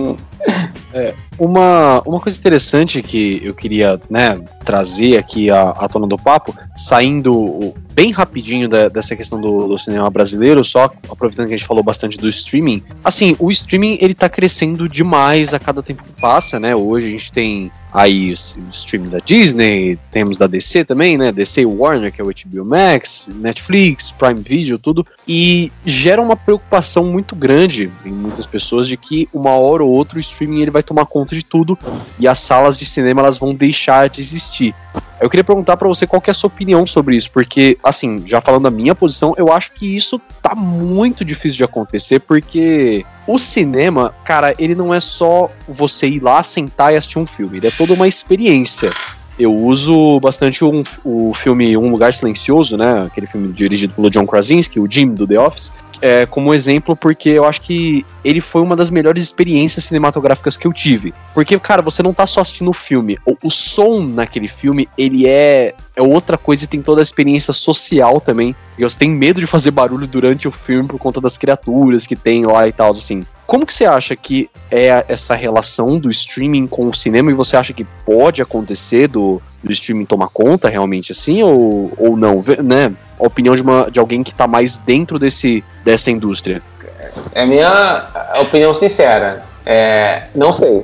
É, uma, uma coisa interessante que eu queria, né, trazer aqui à, à tona do papo, saindo bem rapidinho da, dessa questão do, do cinema brasileiro, só aproveitando que a gente falou bastante do streaming. Assim, o streaming, ele tá crescendo demais a cada tempo que passa, né? Hoje a gente tem aí o, o streaming da Disney, temos da D C também, né? D C e Warner, que é o H B O Max, Netflix, Prime Video, tudo. E gera uma preocupação muito grande em muitas pessoas de que uma hora ou outra o streaming ele vai tomar conta de tudo e as salas de cinema elas vão deixar de existir. Eu queria perguntar pra você qual que é a sua opinião sobre isso, porque, assim, já falando da minha posição, eu acho que isso tá muito difícil de acontecer, porque o cinema, cara, ele não é só você ir lá, sentar e assistir um filme, ele é toda uma experiência. Eu uso bastante um, o filme Um Lugar Silencioso, né, aquele filme dirigido pelo John Krasinski, o Jim do The Office, é, como exemplo, porque eu acho que ele foi uma das melhores experiências cinematográficas que eu tive. Porque, cara, você não tá só assistindo o filme. O, o som naquele filme, ele é, é outra coisa e tem toda a experiência social também. E você tem medo de fazer barulho durante o filme por conta das criaturas que tem lá e tal, assim. Como que você acha que é essa relação do streaming com o cinema e você acha que pode acontecer do, do streaming tomar conta realmente assim ou, ou não, né? A opinião de, uma, de alguém que tá mais dentro desse, dessa indústria. É a minha opinião sincera. É, não sei.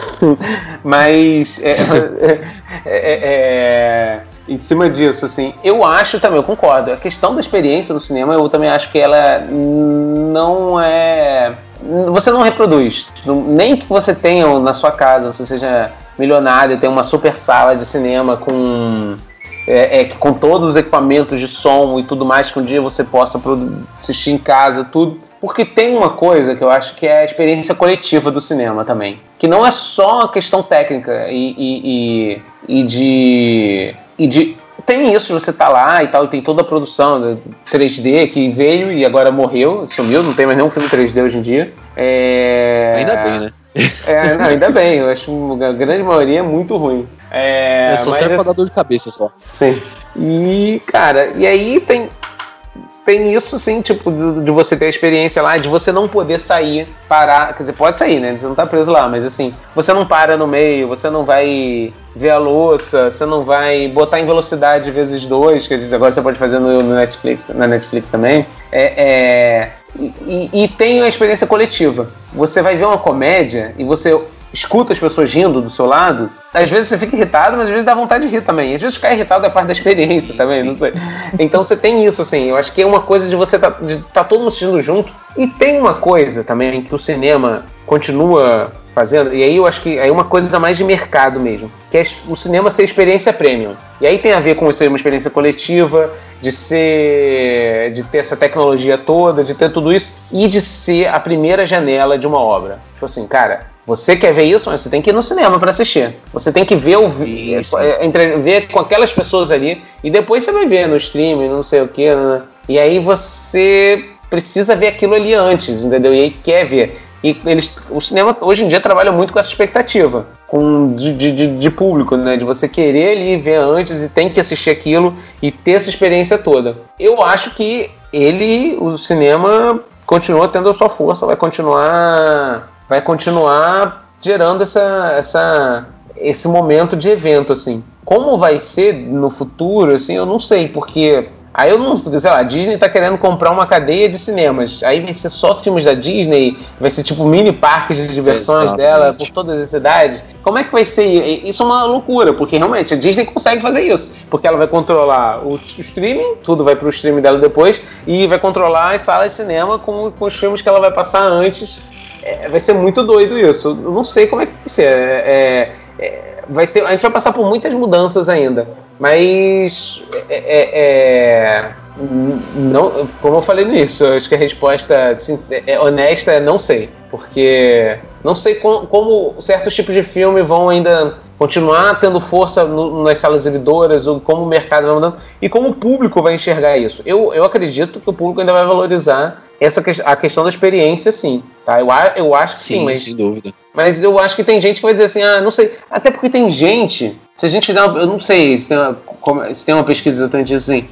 Mas é, é, é, é, em cima disso, assim, eu acho também, eu concordo. A questão da experiência do cinema, eu também acho que ela não é... Você não reproduz. Nem que você tenha na sua casa, você seja milionário, tenha uma super sala de cinema com... É, é, com todos os equipamentos de som e tudo mais que um dia você possa assistir em casa, tudo. Porque tem uma coisa que eu acho que é a experiência coletiva do cinema também. Que não é só a questão técnica e, e, e, e, de, e de... Tem isso de você estar tá lá e tal, e tem toda a produção três D que veio e agora morreu, sumiu, não tem mais nenhum filme três D hoje em dia. É... Ainda bem, né? É, não, ainda bem, eu acho que a grande maioria é muito ruim. É, é só mas, serve pra dar dor de cabeça só. Sim. E, cara, e aí tem, tem isso, sim, tipo, de, de você ter a experiência lá, de você não poder sair, parar, quer dizer, pode sair, né? Você não tá preso lá, mas assim, você não para no meio, você não vai ver a louça, você não vai botar em velocidade vezes dois, quer dizer, agora você pode fazer no, no Netflix, na Netflix também. É... é E, e tem a experiência coletiva. Você vai ver uma comédia e você escuta as pessoas rindo do seu lado. Às vezes você fica irritado, mas às vezes dá vontade de rir também. Às vezes ficar irritado é parte da experiência sim, também, sim. Não sei. Então você tem isso, assim. Eu acho que é uma coisa de você tá, de tá todo mundo assistindo junto. E tem uma coisa também que o cinema continua fazendo, e aí eu acho que é uma coisa mais de mercado mesmo, que é o cinema ser experiência premium. E aí tem a ver com ser uma experiência coletiva, de ser, de ter essa tecnologia toda, de ter tudo isso, e de ser a primeira janela de uma obra. Tipo assim, cara, você quer ver isso, mas você tem que ir no cinema para assistir. Você tem que ver, o, entre, ver com aquelas pessoas ali, e depois você vai ver no streaming, não sei o que, né? E aí você precisa ver aquilo ali antes, entendeu? E aí quer ver. E eles, o cinema hoje em dia trabalha muito com essa expectativa com, de, de, de público, né? De você querer ali ver antes e tem que assistir aquilo e ter essa experiência toda. Eu acho que ele, o cinema, continua tendo a sua força, vai continuar, vai continuar gerando essa, essa, esse momento de evento, assim. Como vai ser no futuro, assim, eu não sei, porque... Aí eu não sei lá, a Disney tá querendo comprar uma cadeia de cinemas. Aí vai ser só filmes da Disney, vai ser tipo mini parques de diversões Exatamente. Dela por todas as cidades. Como é que vai ser? Isso é uma loucura, porque realmente a Disney consegue fazer isso. Porque ela vai controlar o streaming, tudo vai pro streaming dela depois, e vai controlar as salas de cinema com, com os filmes que ela vai passar antes. É, vai ser muito doido isso. Eu não sei como é que vai ser. É, é, vai ter, a gente vai passar por muitas mudanças ainda. Mas é, é, é, não, como eu falei nisso, acho que a resposta assim, é honesta é não sei, porque não sei como, como certos tipos de filme vão ainda continuar tendo força no, nas salas exibidoras, ou como o mercado vai mudando e como o público vai enxergar isso. Eu, eu acredito que o público ainda vai valorizar essa, a questão da experiência, sim. Tá? Eu, eu acho que sim, sim mas, sem dúvida. Mas eu acho que tem gente que vai dizer assim, ah, não sei, até porque tem gente. Se a gente fizer uma, eu não sei se tem uma, se tem uma pesquisa exatamente disso assim,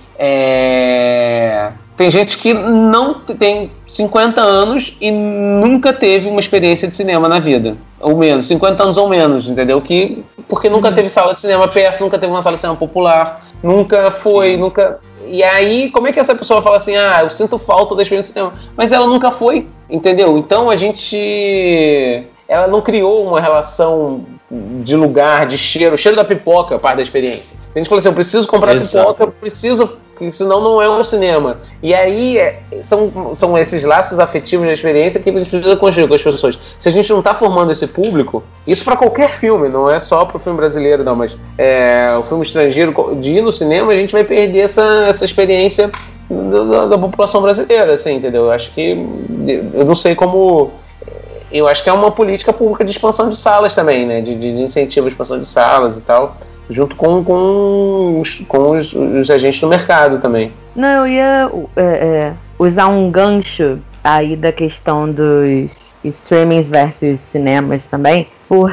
é, tem gente que não tem cinquenta anos e nunca teve uma experiência de cinema na vida, ou menos, cinquenta anos ou menos, entendeu? Que, porque nunca uhum. teve sala de cinema perto, nunca teve uma sala de cinema popular, nunca foi, Sim. nunca... E aí, como é que essa pessoa fala assim, ah, eu sinto falta da experiência de cinema, mas ela nunca foi, entendeu? Então a gente... Ela não criou uma relação de lugar, de cheiro. O cheiro da pipoca, parte da experiência. A gente falou assim, eu preciso comprar Exato. pipoca, eu preciso, senão não é um cinema. E aí, é, são, são esses laços afetivos da experiência que a gente precisa construir com as pessoas. Se a gente não está formando esse público, isso para qualquer filme, não é só para o filme brasileiro, não, mas é, o filme estrangeiro, de ir no cinema, a gente vai perder essa, essa experiência da, da, da população brasileira, assim, entendeu? Eu acho que, eu não sei como... Eu acho que é uma política pública de expansão de salas também, né? De, de incentivo à expansão de salas e tal, junto com, com, os, com os, os agentes do mercado também. Não, eu ia é, é, usar um gancho aí da questão dos streamings versus cinemas também,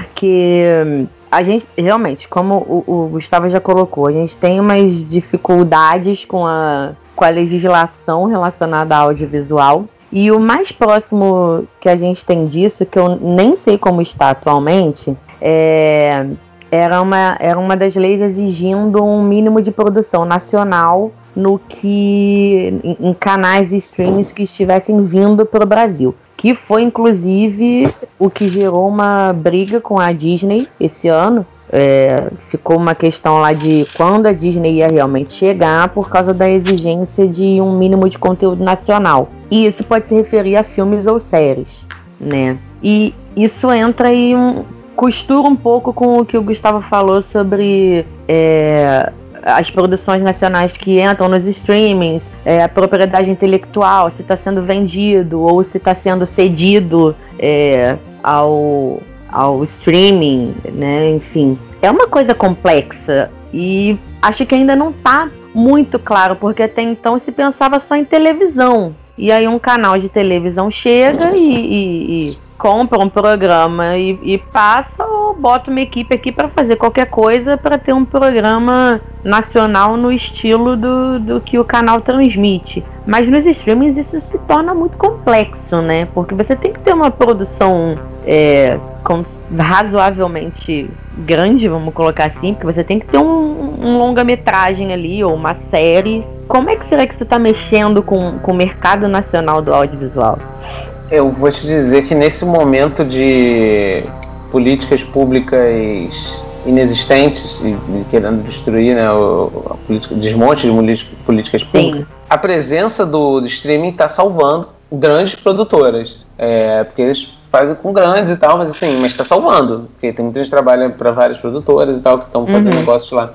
porque a gente, realmente, como o, o Gustavo já colocou, a gente tem umas dificuldades com a, com a legislação relacionada ao audiovisual. E o mais próximo que a gente tem disso, que eu nem sei como está atualmente, é, era, uma, era uma das leis exigindo um mínimo de produção nacional no que, em, em canais e streams que estivessem vindo para o Brasil. Que foi, inclusive, o que gerou uma briga com a Disney esse ano. É, ficou uma questão lá de quando a Disney ia realmente chegar por causa da exigência de um mínimo de conteúdo nacional. E isso pode se referir a filmes ou séries, né? E isso entra aí, um, costura um pouco com o que o Gustavo falou sobre é, as produções nacionais que entram nos streamings, é, a propriedade intelectual, se está sendo vendido ou se está sendo cedido é, ao... ao streaming, né, enfim. É uma coisa complexa e acho que ainda não está muito claro, porque até então se pensava só em televisão. E aí um canal de televisão chega e, e, e compra um programa e, e passa ou bota uma equipe aqui para fazer qualquer coisa para ter um programa nacional no estilo do, do que o canal transmite. Mas nos streamings isso se torna muito complexo, né? Porque você tem que ter uma produção é, com, razoavelmente grande, vamos colocar assim, porque você tem que ter um, um longa-metragem ali ou uma série. Como é que será que você está mexendo com, com o mercado nacional do audiovisual? Eu vou te dizer que nesse momento de políticas públicas inexistentes e, e querendo destruir, né, o a política, desmonte de políticas públicas, Sim. a presença do, do streaming está salvando grandes produtoras, é, porque eles faz com grandes e tal, mas assim, mas tá salvando, porque tem muita gente que trabalha para várias produtoras e tal, que estão fazendo uhum. negócios lá.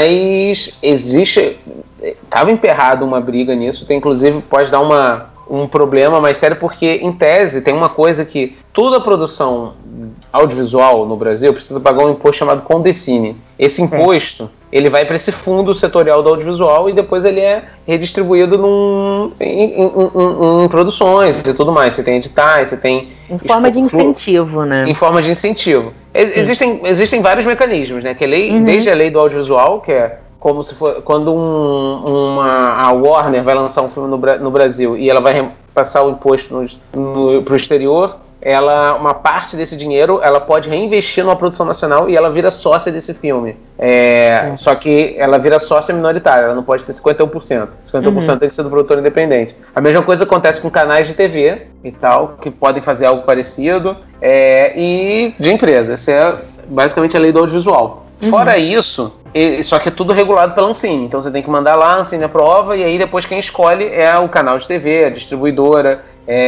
Mas existe, tava emperrado uma briga nisso, tem, inclusive pode dar uma, um problema mais sério, porque em tese tem uma coisa que toda a produção audiovisual no Brasil precisa pagar um imposto chamado Condecine. Esse imposto, ele vai para esse fundo setorial do audiovisual e depois ele é redistribuído num, em, em, em, em produções e tudo mais. Você tem editais, você tem... Em forma de incentivo, né? Em forma de incentivo. Existem, existem vários mecanismos, né? Que a lei, uhum. Desde a lei do audiovisual, que é como se for quando um, uma, a Warner vai lançar um filme no, no Brasil e ela vai passar o imposto para o exterior, ela, uma parte desse dinheiro ela pode reinvestir numa produção nacional e ela vira sócia desse filme. É, é. Só que ela vira sócia minoritária, ela não pode ter cinquenta e um por cento. cinquenta e um por cento uhum. tem que ser do produtor independente. A mesma coisa acontece com canais de T V e tal, que podem fazer algo parecido, é, e de empresa. Essa é basicamente a lei do audiovisual. Uhum. Fora isso, só que é tudo regulado pela Ancine. Então você tem que mandar lá, a Ancine aprova, e aí depois quem escolhe é o canal de T V, a distribuidora,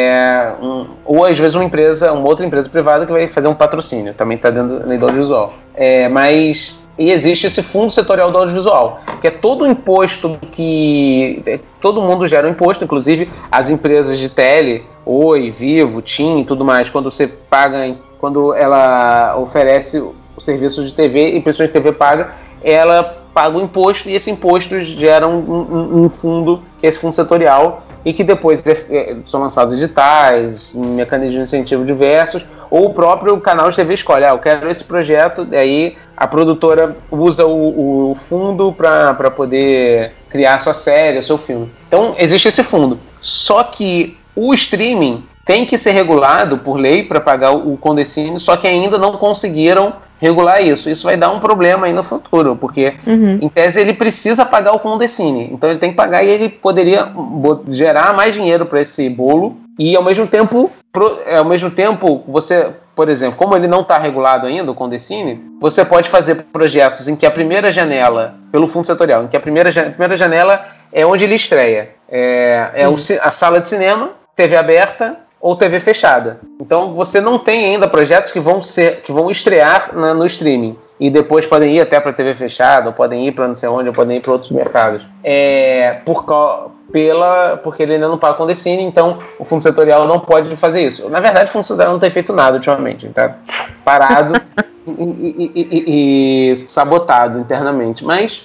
é um, ou às vezes uma empresa, uma outra empresa privada que vai fazer um patrocínio. Também está dentro da lei do audiovisual. É, mas e existe esse fundo setorial do audiovisual, que é todo o imposto que... Todo mundo gera um imposto, inclusive as empresas de tele, Oi, Vivo, TIM e tudo mais, quando você paga, quando ela oferece o serviço de T V e pessoas de T V paga, ela paga o imposto e esse imposto gera um, um, um fundo, que é esse fundo setorial, e que depois são lançados editais, mecanismos de incentivo diversos, ou o próprio canal de T V escolhe, ah, eu quero esse projeto, e aí a produtora usa o, o fundo para poder criar a sua série, o seu filme. Então existe esse fundo. Só que o streaming tem que ser regulado por lei para pagar o Condecine, só que ainda não conseguiram regular isso. Isso vai dar um problema aí no futuro, porque uhum. em tese ele precisa pagar o Condecine, então ele tem que pagar e ele poderia gerar mais dinheiro para esse bolo e ao mesmo tempo, pro, ao mesmo tempo você, por exemplo, como ele não está regulado ainda, o Condecine, você pode fazer projetos em que a primeira janela, pelo fundo setorial, em que a primeira, a primeira janela é onde ele estreia, é, é uhum. o, a sala de cinema, T V aberta ou T V fechada. Então você não tem ainda projetos que vão ser, que vão estrear na, no streaming e depois podem ir até para T V fechada, ou podem ir para não sei onde, ou podem ir para outros mercados. É, por, pela, porque ele ainda não paga Condecine, então o fundo setorial não pode fazer isso. Na verdade, o fundo setorial não tem feito nada ultimamente, está parado e, e, e, e sabotado internamente. Mas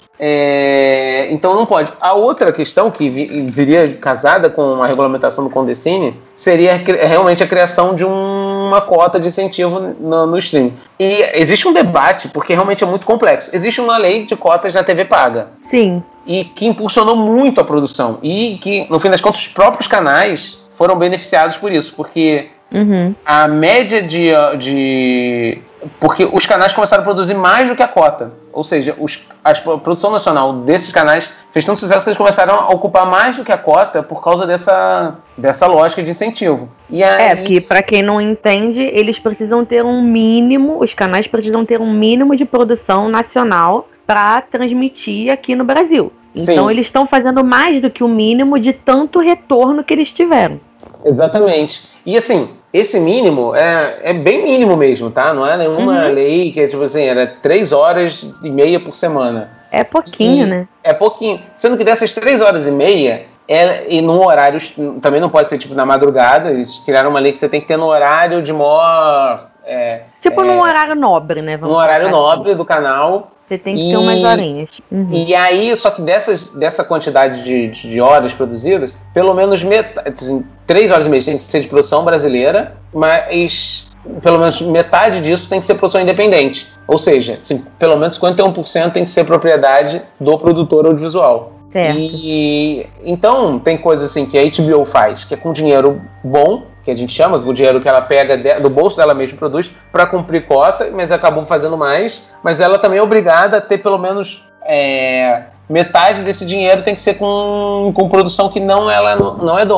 É, então não pode. A outra questão que vi, viria casada com a regulamentação do Condecine seria realmente a criação de um, uma cota de incentivo no, no streaming. E existe um debate, porque realmente é muito complexo. Existe uma lei de cotas na T V paga. Sim. E que impulsionou muito a produção. E que, no fim das contas, os próprios canais foram beneficiados por isso. Porque uhum. a média de, de... Porque os canais começaram a produzir mais do que a cota. Ou seja, os, a produção nacional desses canais fez tanto sucesso que eles começaram a ocupar mais do que a cota por causa dessa, dessa lógica de incentivo. E aí, é, porque para quem não entende, eles precisam ter um mínimo, os canais precisam ter um mínimo de produção nacional para transmitir aqui no Brasil. Então Sim. eles estão fazendo mais do que o mínimo de tanto retorno que eles tiveram. Exatamente. E assim, esse mínimo é, é bem mínimo mesmo, tá? Não é nenhuma uhum. lei que, tipo assim, era três horas e meia por semana. É pouquinho, e né? É pouquinho. Sendo que dessas três horas e meia, é, e num horário, também não pode ser tipo na madrugada, eles criaram uma lei que você tem que ter no horário de maior... É, tipo é, num horário nobre, né? Vamos no horário nobre assim. do canal. Você tem que e, ter umas horinhas. Uhum. E aí, só que dessas, dessa quantidade de, de horas produzidas, pelo menos metade, assim, três horas e meia tem que ser de produção brasileira, mas pelo menos metade disso tem que ser produção independente. Ou seja, assim, pelo menos cinquenta e um por cento tem que ser propriedade do produtor audiovisual. Certo. E então tem coisas assim que a H B O faz, que é com dinheiro bom, que a gente chama, o dinheiro que ela pega de, do bolso dela mesma produz para cumprir cota, mas acabou fazendo mais, mas ela também é obrigada a ter pelo menos é, metade desse dinheiro tem que ser com, com produção que não, ela não é dona,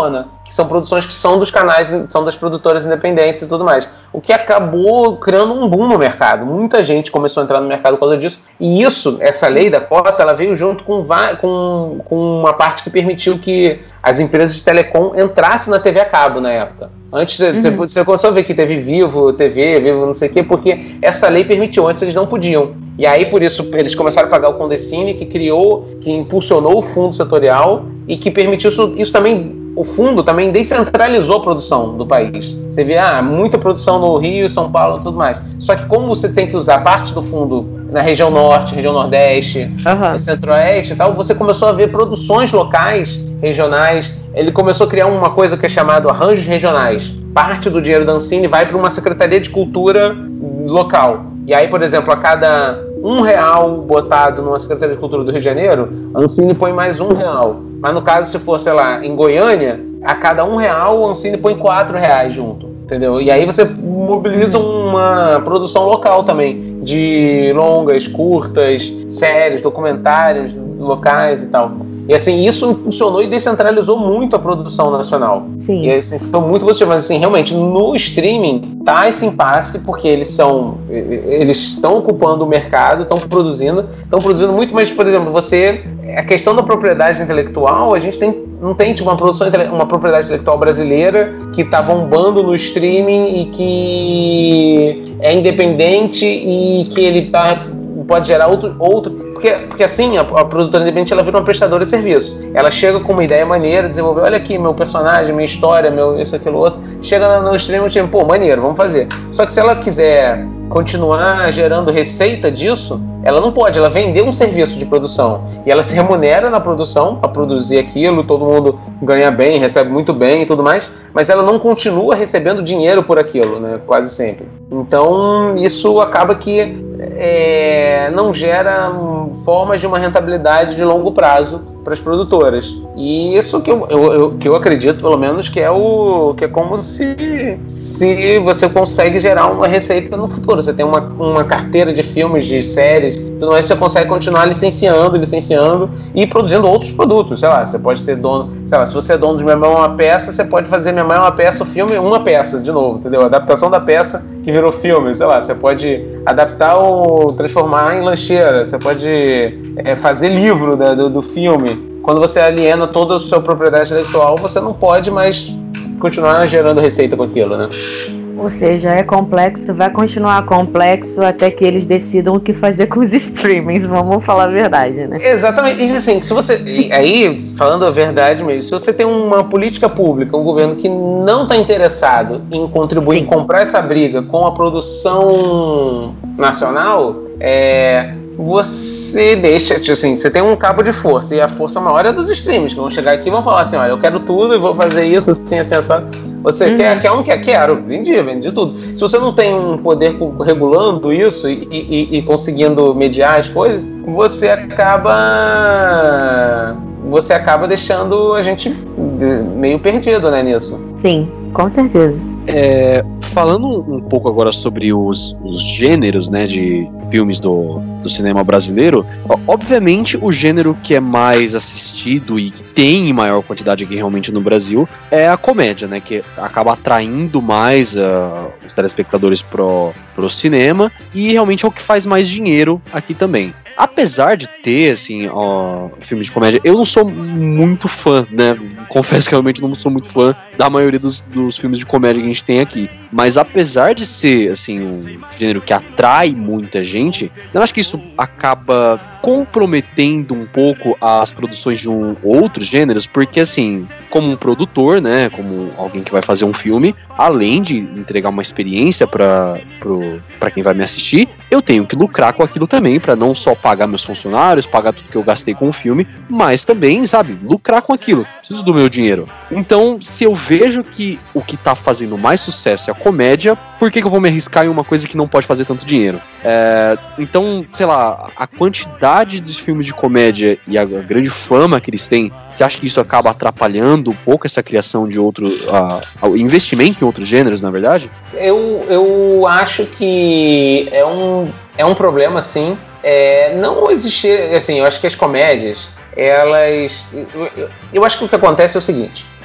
que são produções que são dos canais, são das produtoras independentes e tudo mais. O que acabou criando um boom no mercado. Muita gente começou a entrar no mercado por causa disso. E isso, essa lei da cota, ela veio junto com, com, com uma parte que permitiu que as empresas de telecom entrassem na T V a cabo na época. Antes, uhum. você, você começou a ver que teve Vivo, T V, Vivo não sei o quê, porque essa lei permitiu, antes eles não podiam. E aí, por isso, eles começaram a pagar o Condecine, que criou, que impulsionou o fundo setorial e que permitiu isso, isso também. O fundo também descentralizou a produção do país. Você vê, ah, muita produção no Rio, São Paulo e tudo mais. Só que como você tem que usar parte do fundo na região norte, região nordeste, uhum. centro-oeste e tal, você começou a ver produções locais, regionais. Ele começou a criar uma coisa que é chamada arranjos regionais. Parte do dinheiro da Ancine vai para uma Secretaria de Cultura local. E aí, por exemplo, a cada um real botado numa Secretaria de Cultura do Rio de Janeiro, a Ancine põe mais um real. Mas no caso, se for, sei lá, em Goiânia, a cada um real, o Ancine põe quatro reais junto, entendeu? E aí você mobiliza uma produção local também, de longas, curtas, séries, documentários locais e tal. E assim, isso funcionou e descentralizou muito a produção nacional. Sim. E assim, foi muito positivo. Mas assim, realmente, no streaming tá esse impasse, porque eles são. Eles estão ocupando o mercado, estão produzindo, estão produzindo muito, mas, por exemplo, você. A questão da propriedade intelectual, a gente tem, não tem tipo, uma produção, uma propriedade intelectual brasileira que tá bombando no streaming e que é independente e que ele tá, pode gerar outro. outro Porque, porque assim, a, a produtora independente ela vira uma prestadora de serviço. Ela chega com uma ideia maneira, desenvolver, olha aqui, meu personagem, minha história, meu isso, aquilo, outro. Chega no, no streaming e tipo, pô, maneiro, vamos fazer. Só que se ela quiser continuar gerando receita disso, ela não pode, ela vendeu um serviço de produção. E ela se remunera na produção para produzir aquilo, todo mundo ganha bem, recebe muito bem e tudo mais, mas ela não continua recebendo dinheiro por aquilo, né? Quase sempre. Então, isso acaba que é, não gera formas de uma rentabilidade de longo prazo para as produtoras. E isso que eu, eu, eu, que eu acredito, pelo menos, que é, o, que é como se, se você consegue gerar uma receita no futuro. Você tem uma, uma carteira de filmes, de séries, tudo mais, você consegue continuar licenciando, licenciando e produzindo outros produtos. Sei lá, você pode ter dono, sei lá, se você é dono de Minha Mãe é uma Peça, você pode fazer Minha Mãe é uma Peça, o filme, uma peça, de novo, entendeu? A adaptação da peça que virou filme, sei lá, você pode adaptar ou transformar em lancheira, você pode é, fazer livro da, do, do filme. Quando você aliena toda a sua propriedade intelectual, você não pode mais continuar gerando receita com aquilo, né? Ou seja, é complexo, vai continuar complexo até que eles decidam o que fazer com os streamings, vamos falar a verdade, né? Exatamente, e assim, se você, aí, falando a verdade mesmo, se você tem uma política pública, um governo que não está interessado em contribuir, em comprar essa briga com a produção nacional, é... você deixa, assim, você tem um cabo de força, e a força maior é dos streams, que vão chegar aqui e vão falar assim, olha, eu quero tudo e vou fazer isso, assim, assim, assim. Você uhum. quer, quer um, quer, quero, vendi, vendi tudo. Se você não tem um poder regulando isso e, e, e conseguindo mediar as coisas, você acaba você acaba deixando a gente meio perdido, né, nisso. Sim, com certeza. É, falando um pouco agora sobre os, os gêneros, né, de filmes do, do cinema brasileiro, obviamente o gênero que é mais assistido e que tem maior quantidade aqui realmente no Brasil é a comédia, né, que acaba atraindo mais uh, os telespectadores pro, pro cinema e realmente é o que faz mais dinheiro aqui também. Apesar de ter, assim, ó, filmes de comédia, eu não sou muito fã, né? Confesso que realmente não sou muito fã da maioria dos, dos filmes de comédia que a gente tem aqui. Mas apesar de ser, assim, um gênero que atrai muita gente, eu acho que isso acaba comprometendo um pouco as produções de um, outros gêneros, porque, assim, como um produtor, né? Como alguém que vai fazer um filme, além de entregar uma experiência para para quem vai me assistir, eu tenho que lucrar com aquilo também, para não só pagar meus funcionários, pagar tudo que eu gastei com o filme, mas também, sabe, lucrar com aquilo. Preciso do meu dinheiro. Então, se eu vejo que o que tá fazendo mais sucesso é a comédia, por que que eu vou me arriscar em uma coisa que não pode fazer tanto dinheiro? É, então, sei lá, a quantidade de filmes de comédia e a grande fama que eles têm, você acha que isso acaba atrapalhando um pouco essa criação de outro, uh, o investimento em outros gêneros, na verdade? Eu, eu acho que é um, é um problema, sim. É, não existir, assim, eu acho que as comédias, elas... Eu, eu, eu acho que o que acontece é o seguinte,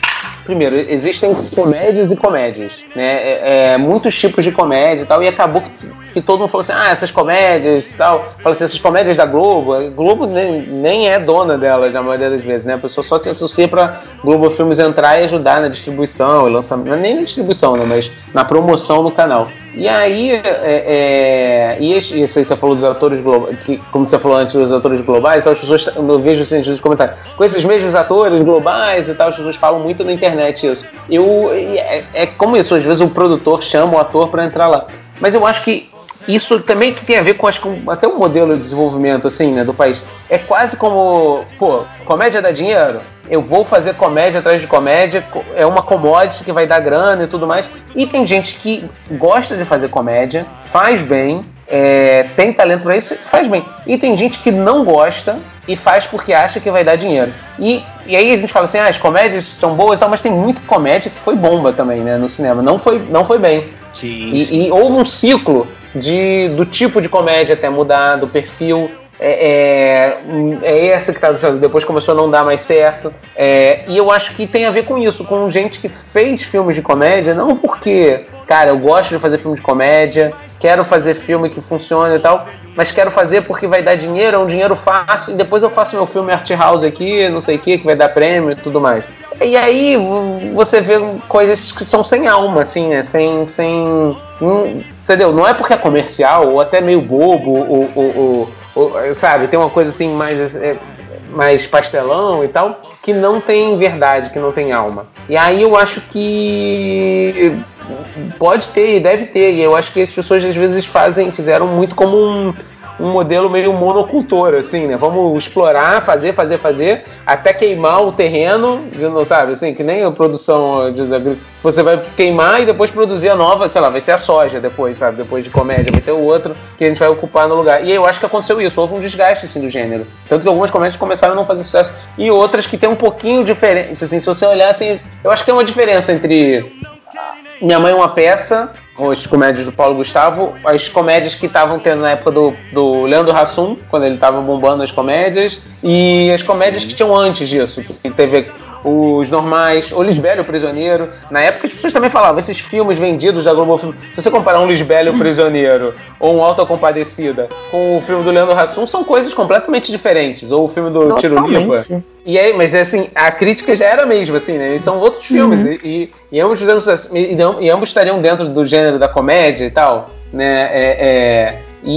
primeiro, existem comédias e comédias, né? É, é, muitos tipos de comédia e tal, e acabou que, que todo mundo falou assim, ah, essas comédias e tal, fala assim, essas comédias da Globo, a Globo nem, nem é dona delas na maioria das vezes, né? A pessoa só se associa pra Globo Filmes entrar e ajudar na distribuição, e lançamento, nem na distribuição, né? Mas na promoção no canal. E aí, é, é, e isso aí você falou dos atores globais, que, como você falou antes dos atores globais, as pessoas, eu vejo assim, nos comentários, com esses mesmos atores globais e tal, as pessoas falam muito na internet isso. Eu, é, é como isso, às vezes o produtor chama o ator para entrar lá. Mas eu acho que isso também tem a ver com, acho, com até o modelo de desenvolvimento assim, né, do país. É quase como, pô, comédia dá dinheiro? Eu vou fazer comédia atrás de comédia, é uma commodity que vai dar grana e tudo mais. E tem gente que gosta de fazer comédia, faz bem, é, tem talento pra isso, faz bem. E tem gente que não gosta e faz porque acha que vai dar dinheiro. E, e aí a gente fala assim, ah, as comédias são boas e tal, mas tem muita comédia que foi bomba também, né, no cinema. Não foi, não foi bem. Sim, e, sim. e houve um ciclo de, do tipo de comédia até mudar, do perfil. É, é, é essa que tá depois começou a não dar mais certo, é, e eu acho que tem a ver com isso, com gente que fez filmes de comédia, não porque, cara, eu gosto de fazer filme de comédia, quero fazer filme que funcione e tal, mas quero fazer porque vai dar dinheiro, é um dinheiro fácil, e depois eu faço meu filme art house aqui, não sei o que, que vai dar prêmio e tudo mais. E aí você vê coisas que são sem alma, assim, né? Sem, sem, entendeu? Não é porque é comercial, ou até meio bobo, ou, ou, ou sabe, tem uma coisa assim mais, é, mais pastelão e tal, que não tem verdade, que não tem alma. E aí eu acho que pode ter e deve ter, e eu acho que as pessoas às vezes fazem, fizeram muito como um, um modelo meio monocultor, assim, né? Vamos explorar, fazer, fazer, fazer, até queimar o terreno, não sabe, assim, que nem a produção de você vai queimar e depois produzir a nova, sei lá, vai ser a soja depois, sabe? Depois de comédia, vai ter o outro que a gente vai ocupar no lugar. E eu acho que aconteceu isso, houve um desgaste, assim, do gênero. Tanto que algumas comédias começaram a não fazer sucesso e outras que tem um pouquinho diferente, assim, se você olhar, assim, eu acho que tem uma diferença entre Minha Mãe é uma Peça, as comédias do Paulo Gustavo, as comédias que estavam tendo na época do, do Leandro Hassum, quando ele estava bombando as comédias, e as comédias Sim. que tinham antes disso, que teve os normais, o Lisbélio Prisioneiro. Na época as pessoas também falavam, esses filmes vendidos da Globo Filme, se você comparar um Lisbélio Prisioneiro ou um Auto Compadecida com o filme do Leandro Hassum, são coisas completamente diferentes, ou o filme do Tiro Lipa. E aí, mas assim, a crítica já era a mesma, assim, né? E são outros filmes, uhum. e, e, e, ambos fizeram sucesso, e, e ambos estariam dentro do gênero da comédia e tal, né? É, é,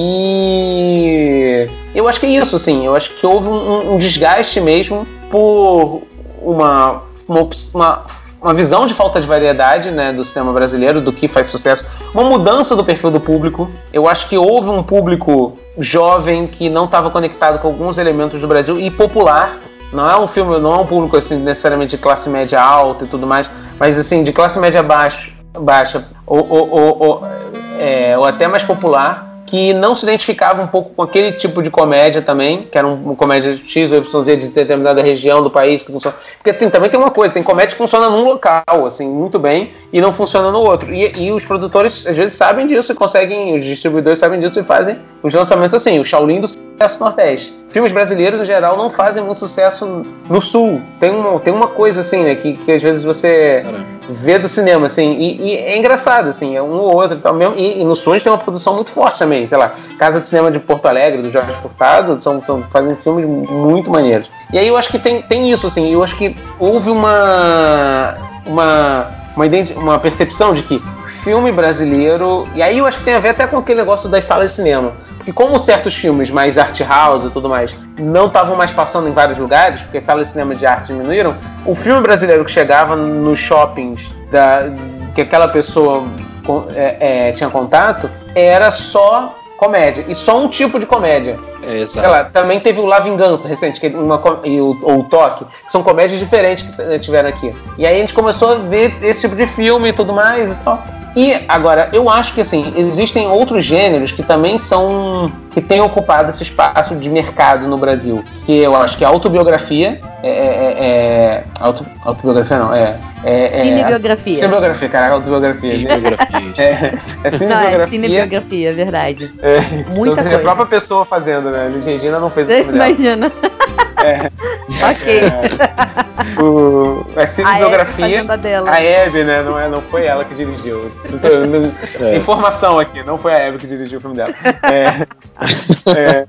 e eu acho que é isso, assim, eu acho que houve um, um desgaste mesmo por uma, uma, uma, uma visão de falta de variedade, né, do cinema brasileiro, do que faz sucesso, uma mudança do perfil do público. Eu acho que houve um público jovem que não estava conectado com alguns elementos do Brasil e popular. Não é um filme, não é um público assim, necessariamente de classe média alta e tudo mais, mas assim, de classe média baixa, baixa ou, ou, ou, ou, é, ou até mais popular, que não se identificava um pouco com aquele tipo de comédia também, que era uma comédia X ou Y Z de determinada região do país que funciona. Porque tem, também tem uma coisa, tem comédia que funciona num local, assim, muito bem, e não funciona no outro. E, e os produtores, às vezes, sabem disso e conseguem, os distribuidores sabem disso e fazem os lançamentos assim, o Shaolin do sucesso Nordeste. Filmes brasileiros, em geral, não fazem muito sucesso no Sul. Tem uma, tem uma coisa, assim, né, que, que às vezes você Caramba. vê do cinema, assim, e, e é engraçado, assim, é um ou outro e tal mesmo. E, e no Sul a gente tem uma produção muito forte também, sei lá, Casa de Cinema de Porto Alegre, do Jorge Furtado, são, são, fazem filmes muito maneiros. E aí eu acho que tem, tem isso, assim, eu acho que houve uma, uma, uma, uma percepção de que filme brasileiro, e aí eu acho que tem a ver até com aquele negócio das salas de cinema, porque como certos filmes mais art house e tudo mais não estavam mais passando em vários lugares, porque as salas de cinema de arte diminuíram, o filme brasileiro que chegava nos shoppings da, que aquela pessoa é, é, tinha contato, era só comédia, e só um tipo de comédia. É, exato. Lá, também teve o La Vingança recente, que uma, e o, ou o Toque, que são comédias diferentes que tiveram aqui. E aí a gente começou a ver esse tipo de filme e tudo mais e tal. E agora, eu acho que assim, existem outros gêneros que também são, que têm ocupado esse espaço de mercado no Brasil, que eu acho que a autobiografia é, é, é auto, autobiografia não, é, é, é cinebiografia. Cinebiografia, caraca, autobiografia. Cinebiografia. é, é cinebiografia. Não, é cinebiografia, é verdade. É, muita então, coisa. A própria pessoa fazendo, né? A Regina não fez o filme dela. Imagina. É, Ok. é, o, a cinebiografia, a, a Hebe, né? Não, é, não foi ela que dirigiu. É. Informação aqui, não foi a Hebe que dirigiu o filme dela. É, é,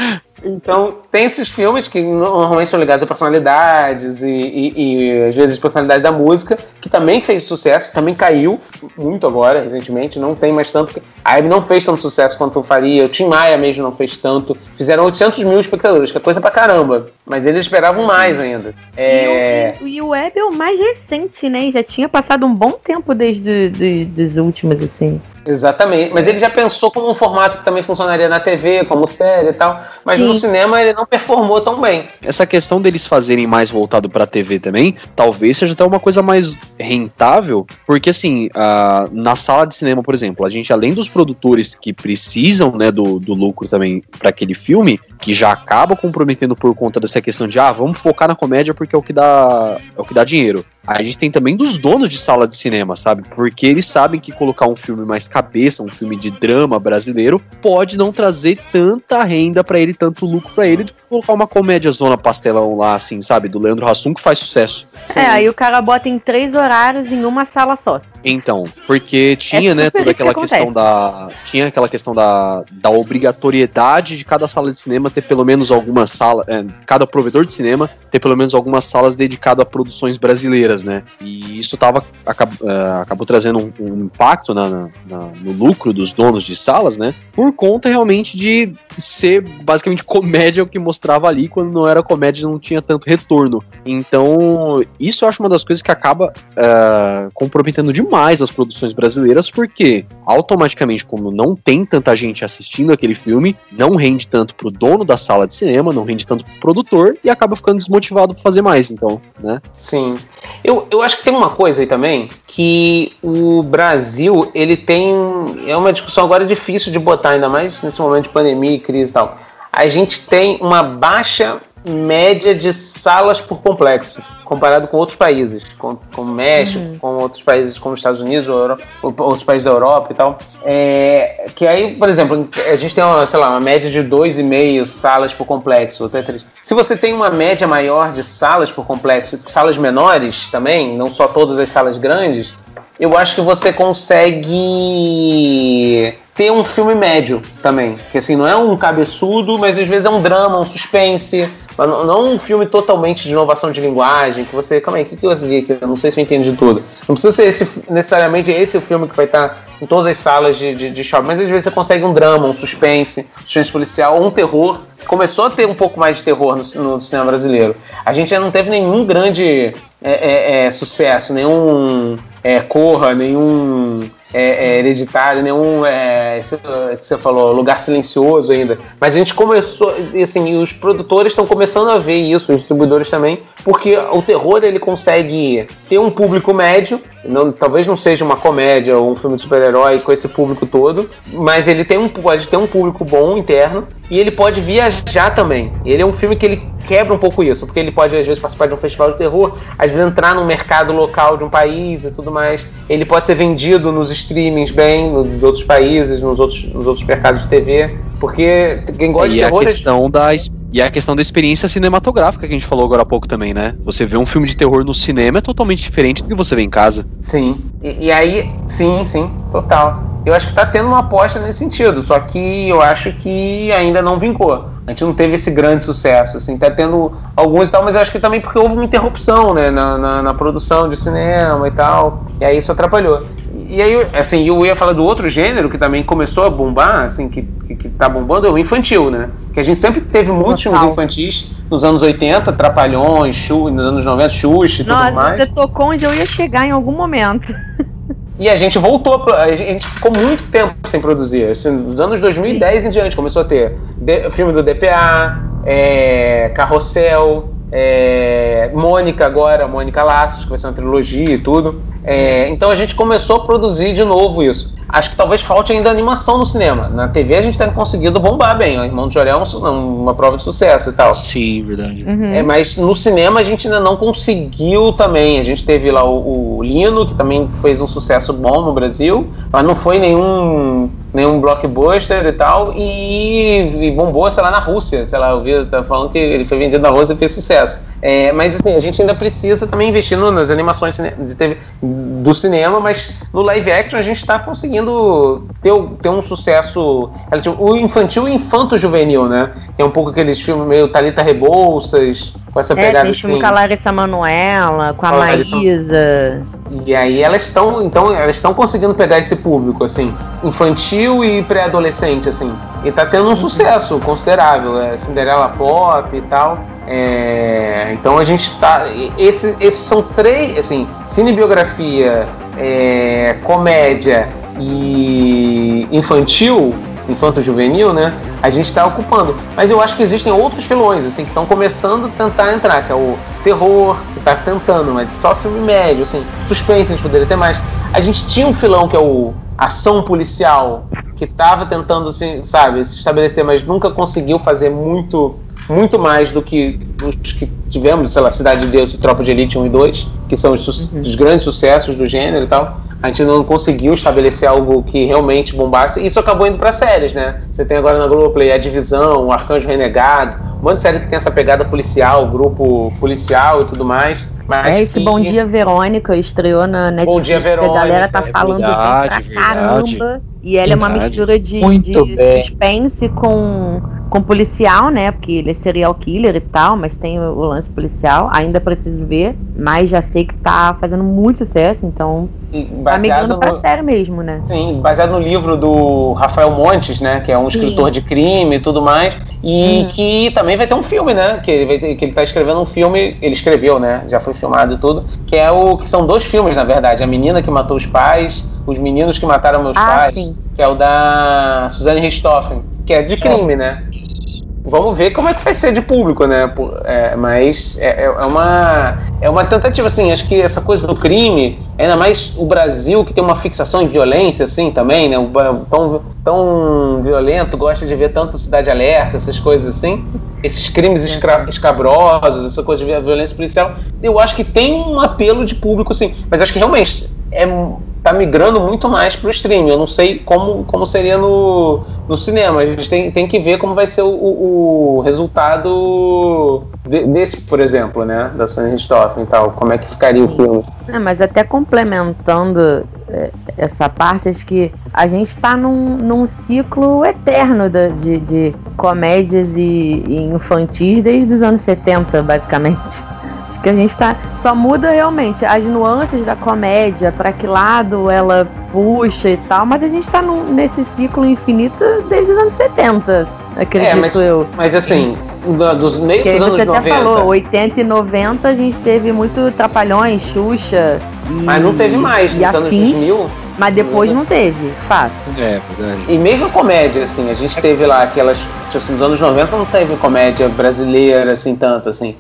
então, tem esses filmes que normalmente são ligados a personalidades e, e, e às vezes personalidade da música, que também fez sucesso, também caiu muito agora, recentemente, não tem mais tanto. A Hebe não fez tanto sucesso quanto faria, o Tim Maia mesmo não fez tanto. Fizeram oitocentos mil espectadores, que é coisa pra caramba, mas eles esperavam mais ainda. É... E, o, e o Web é o mais recente, né? Já tinha passado um bom tempo desde de, de, dos últimos, assim. Exatamente, mas ele já pensou como um formato que também funcionaria na T V, como série e tal, mas Sim. no cinema ele não performou tão bem. Essa questão deles fazerem mais voltado pra T V também, talvez seja até uma coisa mais rentável, porque assim, a, na sala de cinema, por exemplo, a gente, além dos produtores que precisam, né, do, do lucro também pra aquele filme, que já acaba comprometendo por conta dessa questão de, ah, vamos focar na comédia porque é o que dá, é o que dá dinheiro. A gente tem também dos donos de sala de cinema, sabe? Porque eles sabem que colocar um filme mais cabeça, um filme de drama brasileiro, pode não trazer tanta renda pra ele, tanto lucro pra ele, do que colocar uma comédia zona pastelão lá, assim, sabe? Do Leandro Hassum, que faz sucesso. Sim. É, aí o cara bota em três horários em uma sala só. Então, porque tinha, é né, toda aquela que questão da... Tinha aquela questão da, da obrigatoriedade de cada sala de cinema ter pelo menos alguma sala... É, cada provedor de cinema ter pelo menos algumas salas dedicadas a produções brasileiras, né? E isso tava, acab, uh, acabou trazendo um, um impacto na, na, na, no lucro dos donos de salas, né? Por conta realmente de ser basicamente comédia o que mostrava ali, quando não era comédia não tinha tanto retorno. Então, isso eu acho uma das coisas que acaba uh, comprometendo demais as produções brasileiras, porque automaticamente, como não tem tanta gente assistindo aquele filme, não rende tanto pro dono da sala de cinema, não rende tanto pro produtor e acaba ficando desmotivado pra fazer mais, então, né? Sim. Eu, eu acho que tem uma coisa aí também, que o Brasil, ele tem... É uma discussão agora difícil de botar, ainda mais nesse momento de pandemia e crise e tal. A gente tem uma baixa média de salas por complexo, comparado com outros países, com, com o México, uhum. com outros países como os Estados Unidos, ou Euro, outros países da Europa e tal. É, que aí, por exemplo, a gente tem uma, sei lá, uma média de dois vírgula cinco salas por complexo, até três. Se você tem uma média maior de salas por complexo, salas menores também, não só todas as salas grandes, eu acho que você consegue ter um filme médio também, que assim, não é um cabeçudo, mas às vezes é um drama, um suspense, não, não um filme totalmente de inovação de linguagem, que você, calma aí, o que, que eu vi aqui? Eu não sei se eu entendi de tudo. Não precisa ser esse, necessariamente esse o filme que vai estar em todas as salas de, de, de shopping, mas às vezes você consegue um drama, um suspense, suspense policial, ou um terror. Começou a ter um pouco mais de terror no, no cinema brasileiro. A gente já não teve nenhum grande é, é, é, sucesso, nenhum é, Corra, nenhum é, é, Hereditário, nenhum é, esse, que você falou, Lugar Silencioso ainda. Mas a gente começou, assim, os produtores estão começando a ver isso, os distribuidores também, porque o terror ele consegue ter um público médio, não, talvez não seja uma comédia ou um filme de super-herói com esse público todo, mas ele tem um, pode ter um público bom interno e ele pode viajar também. Ele é um filme que ele quebra um pouco isso, porque ele pode às vezes participar de um festival de terror, às vezes entrar num mercado local de um país e tudo mais. Ele pode ser vendido nos streamings bem, nos outros países, nos outros, nos outros mercados de T V, porque quem gosta e de terror... A questão é... da... E a questão da experiência cinematográfica que a gente falou agora há pouco também, né? Você vê um filme de terror no cinema é totalmente diferente do que você vê em casa. Sim, e, e aí, sim, sim, total. Eu acho que tá tendo uma aposta nesse sentido, só que eu acho que ainda não vincou. A gente não teve esse grande sucesso, assim, tá tendo alguns e tal, mas eu acho que também porque houve uma interrupção, né, na, na, na produção de cinema e tal, e aí isso atrapalhou. E aí, assim, eu ia falar do outro gênero que também começou a bombar, assim, que, que, que tá bombando, é o infantil, né? Que a gente sempre teve muitos filmes infantis nos anos oitenta, Trapalhões, Xuxa, nos anos noventa, Xuxa e tudo Nossa, mais. Você tocou onde eu ia chegar em algum momento. E a gente voltou, a gente ficou muito tempo sem produzir, assim, nos anos dois mil e dez em diante começou a ter de, filme do D P A, é, Carrossel, é, Mônica agora, Mônica Laços, que vai ser uma trilogia e tudo. É, então a gente começou a produzir de novo isso. Acho que talvez falte ainda animação no cinema. Na T V a gente tem conseguido bombar bem. O Irmão do Jorel é uma prova de sucesso e tal. Sim, verdade. Uhum. É, mas no cinema a gente ainda não conseguiu também. A gente teve lá o, o Lino, que também fez um sucesso bom no Brasil, mas não foi nenhum, nenhum blockbuster e tal. E, e bombou, sei lá, na Rússia. Sei lá, eu vi, tá falando que ele foi vendido na Rússia e fez sucesso. É, mas assim, a gente ainda precisa também investir no, nas animações de T V, do cinema, mas no live action a gente está conseguindo ter, ter um sucesso relativo. O infantil e infanto-juvenil, né? Que é um pouco aqueles filmes meio Thalita Rebouças, com essa É, pegada tem assim. filme com a Larissa Manoela, com a, Com a Larissa- Maísa. E aí elas estão, então, elas estão conseguindo pegar esse público, assim, infantil e pré-adolescente, assim. E tá tendo um sucesso considerável, é Cinderela Pop e tal. É, então a gente tá. Esse, esses são três, assim, cinebiografia, é, comédia e infantil, infanto-juvenil, né? A gente está ocupando. Mas eu acho que existem outros filões, assim, que estão começando a tentar entrar, que é o terror, que está tentando, mas só filme médio, assim, suspense a gente poderia ter mais. A gente tinha um filão que é o ação policial, que estava tentando, assim, sabe, se estabelecer, mas nunca conseguiu fazer muito, muito mais do que os que tivemos, sei lá, Cidade de Deus e Tropa de Elite um e dois, que são os, su- Uhum. os grandes sucessos do gênero e tal. A gente não conseguiu estabelecer algo que realmente bombasse. Isso acabou indo para séries, né? Você tem agora na Globoplay A Divisão, o Arcanjo Renegado, um monte de série que tem essa pegada policial, grupo policial e tudo mais. Mas É, esse que... Bom Dia Verônica estreou na Netflix. Bom Dia Verônica, A galera tá é falando verdade, bem pra verdade. caramba. E ela é uma Verdade. mistura de, Muito de bem. suspense com, com policial, né? Porque ele é serial killer e tal, mas tem o, o lance policial. Ainda preciso ver, mas já sei que tá fazendo muito sucesso, então e tá migrando baseado pra no... sério mesmo, né? Sim, baseado no livro do Rafael Montes, né, que é um escritor de crime e tudo mais, e Hum. que também vai ter um filme, né, que ele, vai ter, que ele tá escrevendo um filme, ele escreveu, né, já foi filmado e tudo, que é o que são dois filmes, na verdade, A Menina que Matou os Pais, Os Meninos que Mataram Meus Ah, Pais, sim. que é o da Suzanne Richthofen, que é de crime, né. Vamos ver como é que vai ser de público, né? Por- é, mas é, é uma, é uma tentativa, assim, acho que essa coisa do crime, ainda mais o Brasil, que tem uma fixação em violência, assim, também, né? O ba- tão, tão violento, gosta de ver tanto Cidade Alerta, essas coisas assim, esses crimes escra- escabrosos, essa coisa de violência policial, eu acho que tem um apelo de público, assim, mas acho que realmente é, tá migrando muito mais pro streaming. Eu não sei como, como seria no, no cinema. A gente tem, tem que ver como vai ser o, o, o resultado de- desse, por exemplo, né? Da Sony Richthofen e tal. Como é que ficaria o filme? É, mas até complementando é, essa parte, acho que a gente tá num, num ciclo eterno da- de, de comédias e, e infantis desde os anos setenta, basicamente. Acho que a gente tá. Só muda realmente as nuances da comédia, pra que lado ela puxa e tal, mas a gente tá num- nesse ciclo infinito desde os anos setenta, acredito É, mas, eu. mas assim, da- dos meio Porque dos anos você até noventa. falou, oitenta e noventa a gente teve muito Trapalhões, Xuxa e, Mas não teve mais e nos anos afins, dois mil. mas depois não teve, fato. É, verdade. E mesmo a comédia, assim, a gente teve lá aquelas. Tipo assim, nos anos noventa não teve comédia brasileira, assim, tanto, assim.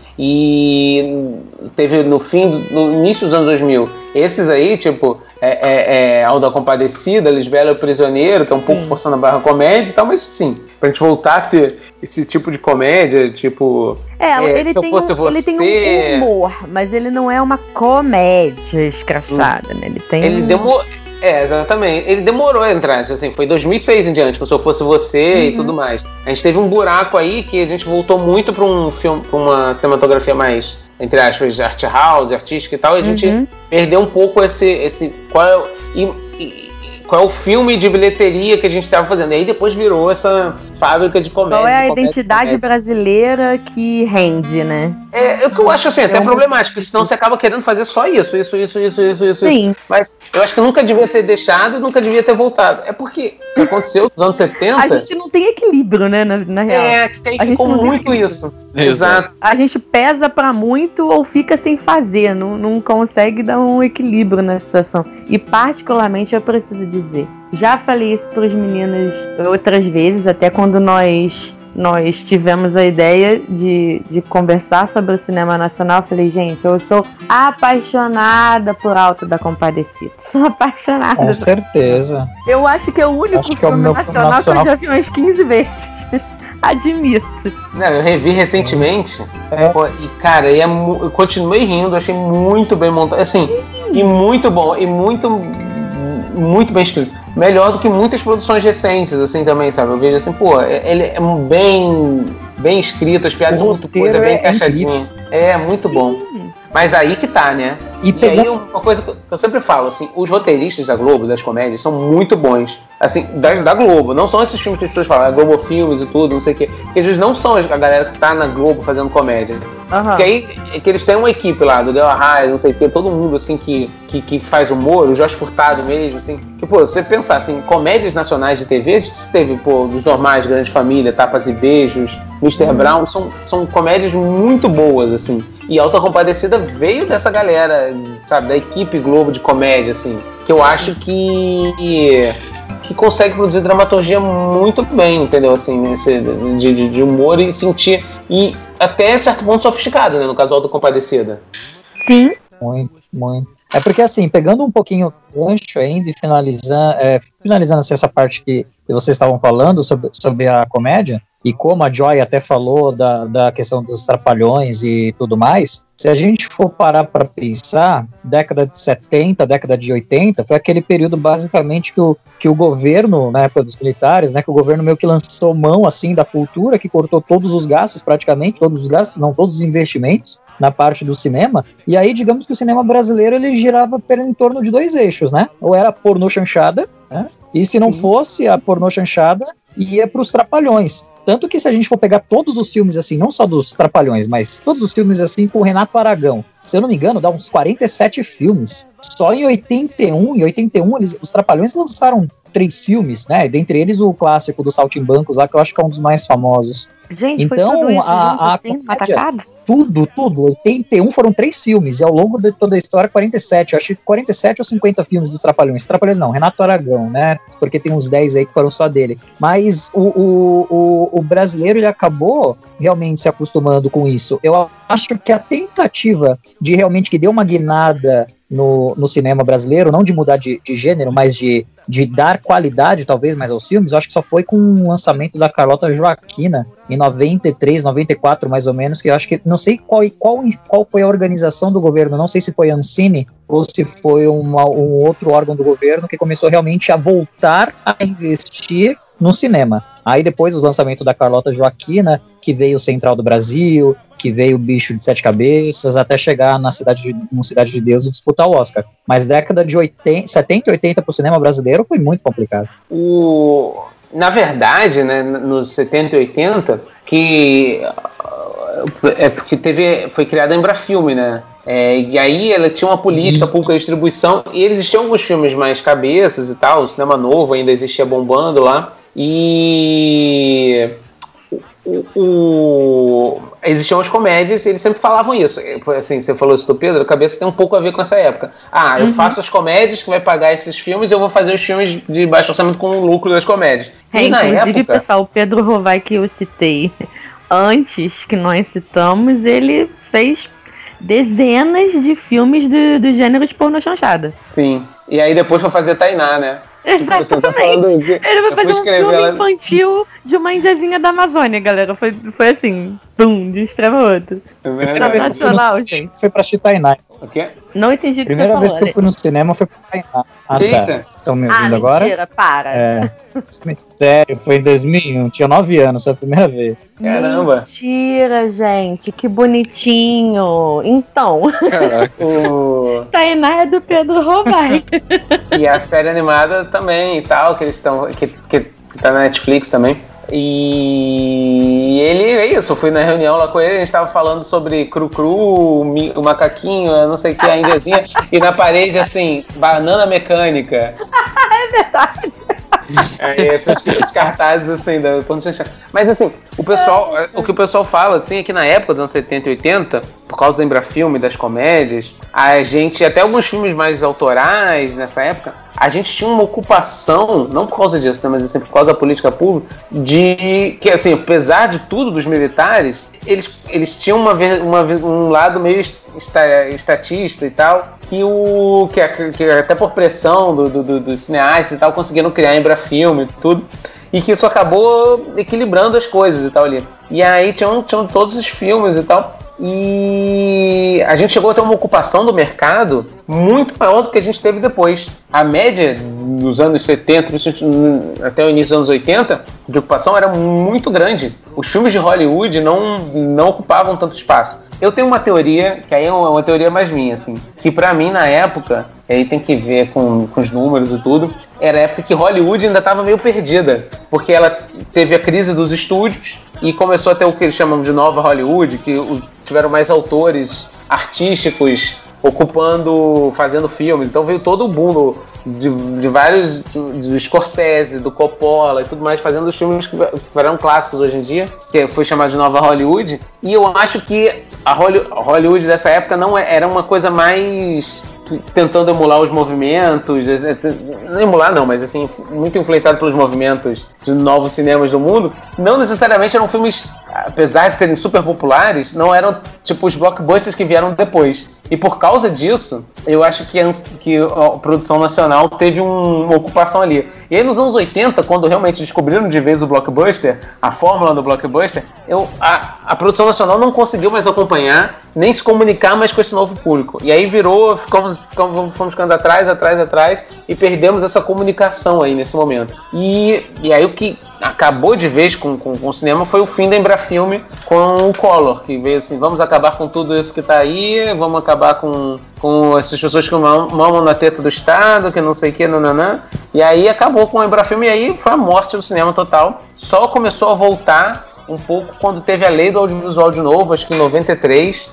E teve no fim, do- no início dos anos dois mil, esses aí, tipo, é, é, é Alda Compadecida, Lisbela e o Prisioneiro, que é um pouco Sim. forçando a barra comédia e tal, mas sim, pra gente voltar a ter esse tipo de comédia, tipo. É, É, ele, se eu tem fosse um, ele tem você- um humor, mas ele não é uma comédia escrachada, né? Ele tem Ele um... demorou. É, exatamente. Ele demorou a entrar, assim, foi dois mil e seis em diante, que Se Eu Fosse Você e tudo mais. A gente teve um buraco aí que a gente voltou muito pra um filme, pra uma cinematografia mais, entre aspas, art house, artística e tal, e a gente Uhum. perdeu um pouco esse. esse qual, é, o- e, e- qual é o filme de bilheteria que a gente estava fazendo. E aí depois virou essa fábrica de comédia. Qual é a comédia, identidade comédia. brasileira que rende, né? É, é o que eu acho assim, até É um- problemático, senão você acaba querendo fazer só isso, isso, isso, isso, isso, isso. Sim. Mas eu acho que nunca devia ter deixado e nunca devia ter voltado. É porque o que aconteceu nos anos setenta. A gente não tem equilíbrio, né, na, na real. É, que aí A gente ficou não tem muito equilíbrio. isso. Exato. Exato. A gente pesa pra muito ou fica sem fazer, não, não consegue dar um equilíbrio na situação. E particularmente eu preciso dizer, já falei isso pros meninos outras vezes, até quando nós nós tivemos a ideia de, de conversar sobre o cinema nacional, eu falei, gente, eu sou apaixonada por Alto da Compadecida. Sou apaixonada. Com certeza. Eu acho que é o único acho que é o filme meu nacional, nacional que eu já vi umas quinze vezes. Admito. Não, eu revi recentemente. É. Pô, e, cara, e é mu- eu continuei rindo, achei muito bem montado. Assim, e muito bom, e muito, muito bem escrito. Melhor do que muitas produções recentes, assim, também, sabe? Eu vejo assim, pô, ele é bem, bem escrito, as piadas O são muito roteiro coisa, bem é encaixadinho. É, muito bom. Mas aí que tá, né? E, E pegando- aí uma coisa que eu sempre falo, assim, os roteiristas da Globo, das comédias, são muito bons. Assim, da, da Globo, não são esses filmes que as pessoas falam, a Globo Filmes e tudo, não sei o quê. Porque eles não são a galera que tá na Globo fazendo comédia. Aham. Porque aí é que eles têm uma equipe lá, do Del Arraes, não sei o quê, todo mundo assim que, que, que faz humor, o Jorge Furtado mesmo, assim. Que, pô, você pensar assim, comédias nacionais de T V, teve, pô, dos normais, Grande Família, Tapas e Beijos, mister Brown, são, são comédias muito boas, assim. E Alta Compadecida veio dessa galera, sabe, da equipe Globo de comédia, assim, que eu acho que que consegue produzir dramaturgia muito bem, entendeu? Assim, nesse, de, de, de humor e sentir, e até certo ponto sofisticado, né? No caso Alta Compadecida. Sim. Muito, muito. É porque, assim, pegando um pouquinho o gancho ainda e finalizando, é, finalizando assim, essa parte que, que vocês estavam falando sobre, sobre a comédia, e como a Joy até falou da, da questão dos trapalhões e tudo mais, se a gente for parar para pensar, década de setenta, década de oitenta, foi aquele período basicamente que o, que o governo, na época dos militares, né, que o governo meio que lançou mão assim da cultura, que cortou todos os gastos, praticamente, todos os gastos, não, todos os investimentos na parte do cinema, e aí digamos que o cinema brasileiro ele girava em torno de dois eixos, né, ou era pornô chanchada, né, e se não fosse a pornô chanchada, ia para os trapalhões. Tanto que se a gente for pegar todos os filmes assim, não só dos Trapalhões, mas todos os filmes assim com o Renato Aragão, se eu não me engano, dá uns quarenta e sete filmes. Só em oitenta e um, em oitenta e um eles, os Trapalhões lançaram três filmes, né? Dentre eles o clássico dos Saltimbancos lá, que eu acho que é um dos mais famosos. Gente, Então, foi tudo isso a- junto, a assim, comédia- atacado? Tudo, tudo. oitenta e um foram três filmes, e ao longo de toda a história, quarenta e sete. Eu acho que quarenta e sete ou cinquenta filmes dos Trapalhões. Trapalhões não, Renato Aragão, né? Porque tem uns dez aí que foram só dele. Mas o, o, o, o brasileiro, ele acabou realmente se acostumando com isso. Eu acho que a tentativa de realmente que deu uma guinada no, no cinema brasileiro, não de mudar de, de gênero, mas de, de dar qualidade, talvez, mais aos filmes, eu acho que só foi com o lançamento da Carlota Joaquina, em noventa e três, noventa e quatro, mais ou menos, que eu acho que, não sei qual, qual, qual foi a organização do governo, não sei se foi a Ancine ou se foi uma, um outro órgão do governo que começou realmente a voltar a investir no cinema. Aí depois o lançamento da Carlota Joaquina, que veio o Central do Brasil, que veio o Bicho de Sete Cabeças, até chegar na Cidade de, no Cidade de Deus e disputar o Oscar. Mas década de oitenta, setenta e oitenta para o cinema brasileiro foi muito complicado. O... Na verdade, né, nos setenta e oitenta, que é porque teve, foi criada a Embrafilme, né? É, e aí ela tinha uma política Uhum. pública de distribuição, e existiam alguns filmes mais cabeças e tal, o cinema novo ainda existia bombando lá, e o, o, existiam as comédias e eles sempre falavam isso. Assim, você falou isso do Pedro, a cabeça tem um pouco a ver com essa época. Ah, eu Uhum. faço as comédias que vai pagar esses filmes e eu vou fazer os filmes de baixo orçamento com o lucro das comédias. É, E na inclusive, época... pessoal, o Pedro Rovai, que eu citei antes, que nós citamos, ele fez dezenas de filmes do, do gênero de pornô chanchada. Sim. E aí depois foi fazer Tainá, né? Exatamente. Você tá falando de... Ele vai eu fui fazer um escrever filme ela- infantil de uma indiazinha da Amazônia, galera. Foi, foi assim, pum, de um extremo ao outro. É Primeira vez que eu fui no Nacional, cinema gente. foi pra assistir Tainá. O quê? Não entendi o que Primeira você vez falou. que eu fui no cinema foi pra Tainá. Ah, Eita. tá. Estão me Ah, ouvindo mentira, agora? para. É. Sério, foi em dois mil e um, tinha nove anos, foi a primeira vez. Caramba. Mentira, gente, que bonitinho. Então, Caraca. O... Tainá é do Pedro Rovai. E a série animada também e tal, que eles estão. Que, que, que tá na Netflix também. E ele, é isso, eu fui na reunião lá com ele, a gente tava falando sobre Cru-Cru, o, mi- o macaquinho, eu não sei o que, a indiazinha, e na parede, assim, banana mecânica. É verdade. Aí esses, esses cartazes, assim, da, quando você... Mas, assim, o pessoal, o que o pessoal fala, assim, é que na época dos anos setenta e oitenta, por causa do Embrafilme, das comédias, a gente, até alguns filmes mais autorais nessa época, a gente tinha uma ocupação, não por causa disso, né, mas assim, por causa da política pública, de que, assim, apesar de tudo dos militares, eles, eles tinham uma, uma, um lado meio esta, estatista e tal, que, o, que, que até por pressão do, do, dos cineastas e tal, conseguiram criar Embrafilme e tudo, e que isso acabou equilibrando as coisas e tal ali. E aí tinham, tinham todos os filmes e tal, e a gente chegou a ter uma ocupação do mercado muito maior do que a gente teve depois. A média nos anos setenta, até o início dos anos oitenta, de ocupação era muito grande. Os filmes de Hollywood não, não ocupavam tanto espaço. Eu tenho uma teoria, que aí é uma, uma teoria mais minha, assim, que pra mim na época, e aí tem que ver com, com os números e tudo, era a época que Hollywood ainda estava meio perdida, porque ela teve a crise dos estúdios e começou a ter o que eles chamam de nova Hollywood, que o, tiveram mais autores artísticos ocupando, fazendo filmes. Então veio todo o boom de, de vários, do Scorsese, do Coppola e tudo mais, fazendo os filmes que viraram clássicos hoje em dia, que foi chamado de nova Hollywood. E eu acho que a Hollywood dessa época não era uma coisa mais tentando emular os movimentos, não emular não, mas assim, muito influenciado pelos movimentos de novos cinemas do mundo. Não necessariamente eram filmes, apesar de serem super populares, não eram tipo os blockbusters que vieram depois. E por causa disso, eu acho que a, que a produção nacional teve um, uma ocupação ali. E aí nos anos oitenta, quando realmente descobriram de vez o blockbuster, a fórmula do blockbuster, eu, a, a produção nacional não conseguiu mais acompanhar, nem se comunicar mais com esse novo público. E aí virou, ficamos, ficamos, fomos ficando atrás, atrás, atrás, e perdemos essa comunicação aí nesse momento. E, e aí o que acabou de vez com, com, com o cinema foi o fim da Embrafilme com o Collor, que veio assim, vamos acabar com tudo isso que tá aí, vamos acabar com, com essas pessoas que mamam na teta do Estado, que não sei o que, nananã. E aí acabou com o Embrafilme, e aí foi a morte do cinema total. Só começou a voltar um pouco quando teve a lei do audiovisual de novo, acho que em noventa e três,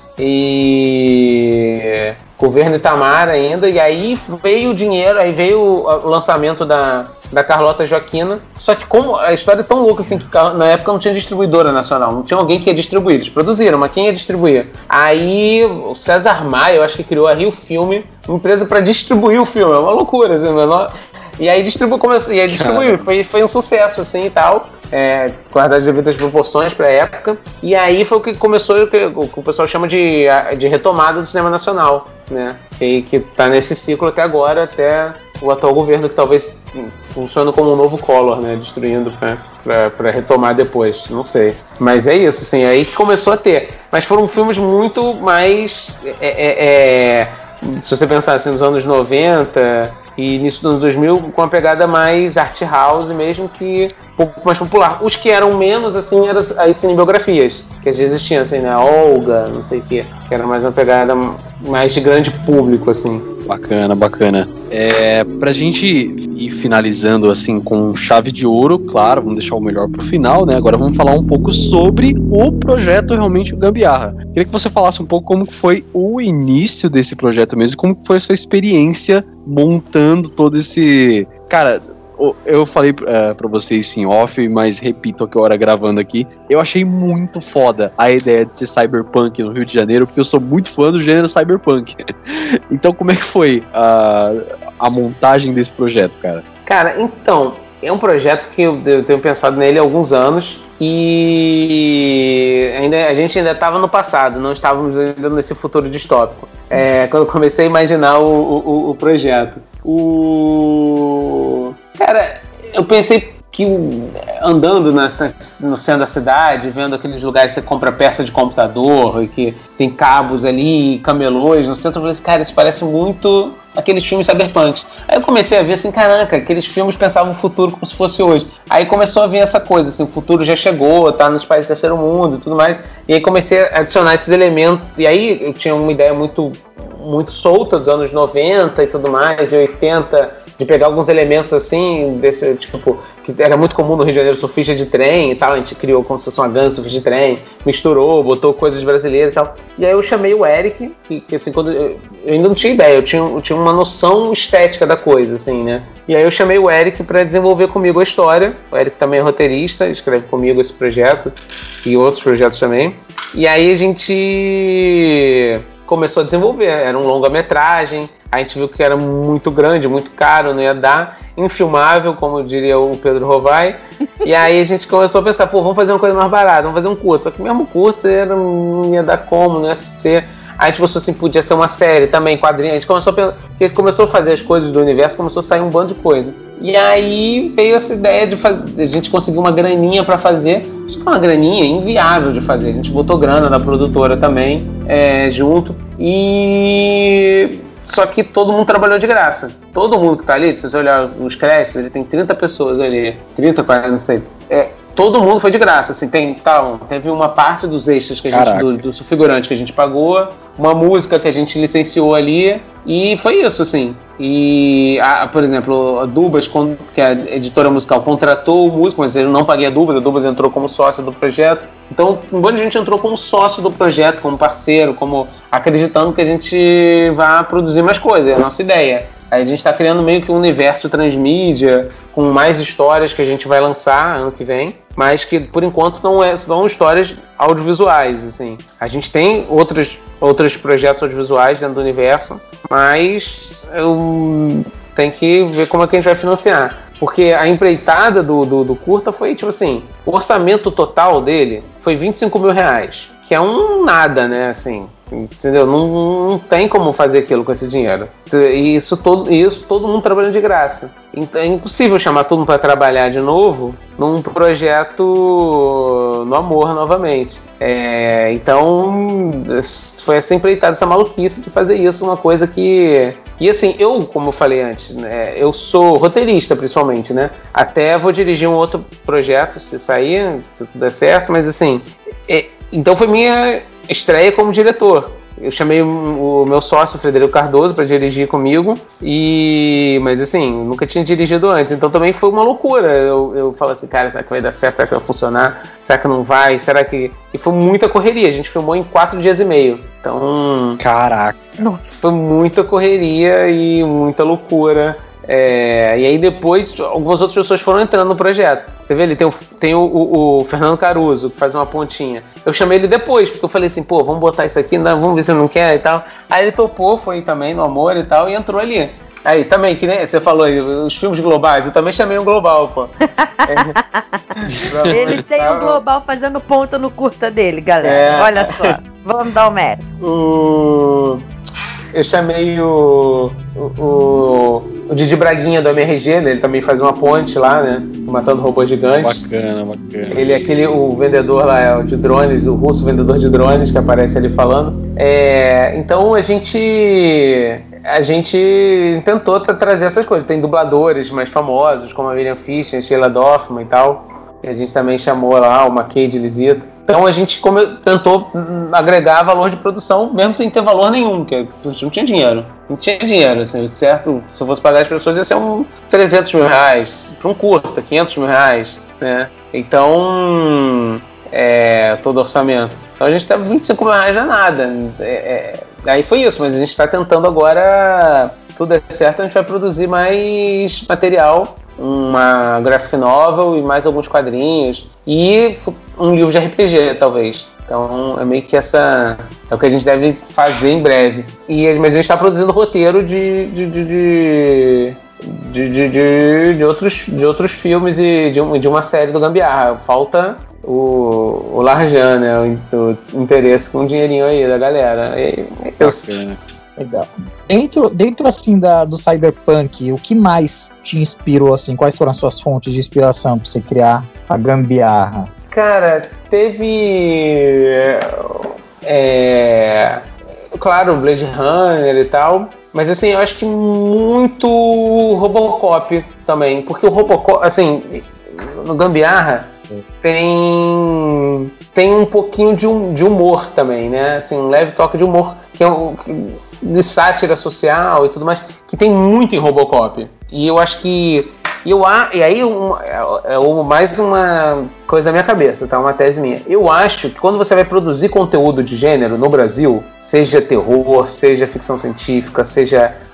e governo Itamar ainda, e aí veio o dinheiro, aí veio o lançamento da, da Carlota Joaquina. Só que como a história é tão louca assim, que na época não tinha distribuidora nacional, não tinha alguém que ia distribuir, eles produziram, mas quem ia distribuir? Aí o César Maia, eu acho que criou a Rio Filme, uma empresa para distribuir o filme, é uma loucura, assim, menor. E aí distribuiu, começou, e aí distribuiu, foi, foi um sucesso assim e tal, é, guardar as devidas proporções para a época. E aí foi o que começou, o que o pessoal chama de, de retomada do cinema nacional, né? Que, que tá nesse ciclo até agora, até o atual governo, que talvez funcione como um novo Collor, né? Destruindo para retomar depois, não sei. Mas é isso, assim, aí que começou a ter. Mas foram filmes muito mais, é, é, é, se você pensar assim, nos anos noventa e início dos anos dois mil, com uma pegada mais art house mesmo, que um pouco mais popular. Os que eram menos, assim, eram as cinebiografias, que às vezes tinha, assim, né, Olga, não sei o que, que era mais uma pegada mais de grande público, assim. Bacana, bacana. É, pra gente ir finalizando, assim, com chave de ouro, claro, vamos deixar o melhor pro final, né, agora vamos falar um pouco sobre o projeto realmente o Gambiarra. Queria que você falasse um pouco como foi o início desse projeto mesmo, como foi a sua experiência montando todo esse... Cara, eu falei uh, pra vocês em off, mas repito aqui agora gravando aqui, eu achei muito foda a ideia de ser cyberpunk no Rio de Janeiro, porque eu sou muito fã do gênero cyberpunk. Então como é que foi a, a montagem desse projeto, cara? Cara, então, é um projeto que eu, eu tenho pensado nele há alguns anos, e ainda, a gente ainda estava no passado, não estávamos ainda nesse futuro distópico. É, quando eu comecei a imaginar o, o, o projeto. O... Cara, eu pensei que andando na, no centro da cidade, vendo aqueles lugares que você compra peça de computador e que tem cabos ali, camelôs no centro, eu falei assim, cara, isso parece muito aqueles filmes cyberpunk. Aí eu comecei a ver assim, caraca, aqueles filmes pensavam o futuro como se fosse hoje. Aí começou a vir essa coisa, assim, o futuro já chegou, tá nos países do terceiro mundo e tudo mais. E aí comecei a adicionar esses elementos. E aí eu tinha uma ideia muito, muito solta dos anos noventa e tudo mais, e oitenta, de pegar alguns elementos assim, desse tipo, que era muito comum no Rio de Janeiro, surfista de trem e tal, a gente criou como se fosse uma gangue, surfista de trem, misturou, botou coisas brasileiras e tal. E aí eu chamei o Eric, que, que assim, quando eu, eu ainda não tinha ideia, eu tinha, eu tinha uma noção estética da coisa, assim, né? E aí eu chamei o Eric para desenvolver comigo a história. O Eric também é roteirista, escreve comigo esse projeto e outros projetos também. E aí a gente começou a desenvolver, era um longa-metragem, a gente viu que era muito grande, muito caro, não ia dar, infilmável, como diria o Pedro Rovai, e aí a gente começou a pensar, pô, vamos fazer uma coisa mais barata, vamos fazer um curto, só que mesmo curto era, não ia dar como, não ia ser... Aí a gente pensou assim, podia ser uma série também, quadrinho, a gente começou a, pensar, a, gente começou a fazer as coisas do universo, começou a sair um bando de coisa. E aí veio essa ideia de fazer, a gente conseguiu uma graninha pra fazer, acho que uma graninha inviável de fazer, a gente botou grana da produtora também, é, junto, e... Só que todo mundo trabalhou de graça. Todo mundo que tá ali, se você olhar os créditos, ele tem trinta pessoas ali, trinta, quarenta, não sei. É, todo mundo foi de graça, assim, tem, tá, teve uma parte dos extras que a gente, do, do figurante que a gente pagou, uma música que a gente licenciou ali, e foi isso, assim. E, a, por exemplo, a Dubas, que é a editora musical, contratou o músico, mas ele não paguei a Dubas, a Dubas entrou como sócio do projeto. Então, um monte de gente entrou como sócio do projeto, como parceiro, como acreditando que a gente vai produzir mais coisas, é a nossa ideia. Aí a gente está criando meio que um universo transmídia, com mais histórias que a gente vai lançar ano que vem, mas que por enquanto não é, são histórias audiovisuais, assim. A gente tem outros, outros projetos audiovisuais dentro do universo, mas eu tenho que ver como é que a gente vai financiar. Porque a empreitada do, do, do curta foi, tipo assim, o orçamento total dele foi vinte e cinco mil reais, que é um nada, né, assim, entendeu? Não, não tem como fazer aquilo com esse dinheiro. E isso todo, isso todo mundo trabalhando de graça. Então é impossível chamar todo mundo para trabalhar de novo num projeto no amor novamente. É, então foi essa empreitada, essa maluquice de fazer isso, uma coisa que... E assim, eu, como eu falei antes, né, eu sou roteirista principalmente, né? Até vou dirigir um outro projeto se sair, se tudo der certo, mas assim... É, então foi minha estreia como diretor. Eu chamei o meu sócio, Frederico Cardoso, para dirigir comigo, e... mas assim, nunca tinha dirigido antes, então também foi uma loucura. Eu, eu falo assim, cara, será que vai dar certo? Será que vai funcionar? Será que não vai? Será que... E foi muita correria, a gente filmou em quatro dias e meio. Então... Caraca! Foi muita correria e muita loucura. É, e aí depois algumas outras pessoas foram entrando no projeto. Você vê ali, tem, o, tem o, o, o Fernando Caruso, que faz uma pontinha. Eu chamei ele depois, porque eu falei assim, pô, vamos botar isso aqui, não, vamos ver se ele não quer e tal. Aí ele topou, foi também no amor e tal, e entrou ali. Aí também, que nem você falou aí, os filmes globais, eu também chamei um global, pô. É, ele tem um global fazendo ponta no curta dele, galera. É. Olha só, vamos dar o mérito. O... Eu chamei o, o, o, o Didi Braguinha do M R G, né? Ele também faz uma ponte lá, né? Matando robôs gigantes. Bacana, bacana. Ele é aquele, o vendedor lá de drones, o russo vendedor de drones que aparece ali falando. É, então a gente, a gente tentou trazer essas coisas. Tem dubladores mais famosos, como a Miriam Fischer, Sheila Dorfman e tal. Que a gente também chamou lá, o Mackay de Lisita. Então a gente tentou agregar valor de produção, mesmo sem ter valor nenhum, porque a gente não tinha dinheiro. Não tinha dinheiro, assim, certo? Se eu fosse pagar as pessoas, ia ser um trezentos mil reais. Para um curta, quinhentos mil reais, né? Então, é, todo orçamento. Então a gente tava vinte e cinco mil reais já nada. É, é, aí foi isso, mas a gente está tentando agora, se tudo der certo, a gente vai produzir mais material, uma graphic novel e mais alguns quadrinhos e um livro de R P G, talvez. Então é meio que essa... é o que a gente deve fazer em breve. E, mas a gente está produzindo roteiro de de, de, de, de, de, de, de, outros, de outros filmes e de, de uma série do Gambiarra. Falta o, o Larjan, né? O, o interesse com o dinheirinho aí da galera. E, eu, Legal. Dentro, dentro assim da, do Cyberpunk, o que mais te inspirou, assim? Quais foram as suas fontes de inspiração para você criar a Gambiarra? Cara, teve... É, claro, Blade Runner e tal, mas assim, eu acho que muito Robocop também, porque o Robocop, assim, no Gambiarra tem, tem um pouquinho de, um, de humor também, né? Assim, um leve toque de humor, que é um, de sátira social e tudo mais, que tem muito em Robocop. E eu acho que... Eu, e aí, um, é, é mais uma coisa da minha cabeça, tá? Uma tese minha. Eu acho que quando você vai produzir conteúdo de gênero no Brasil, seja terror, seja ficção científica, seja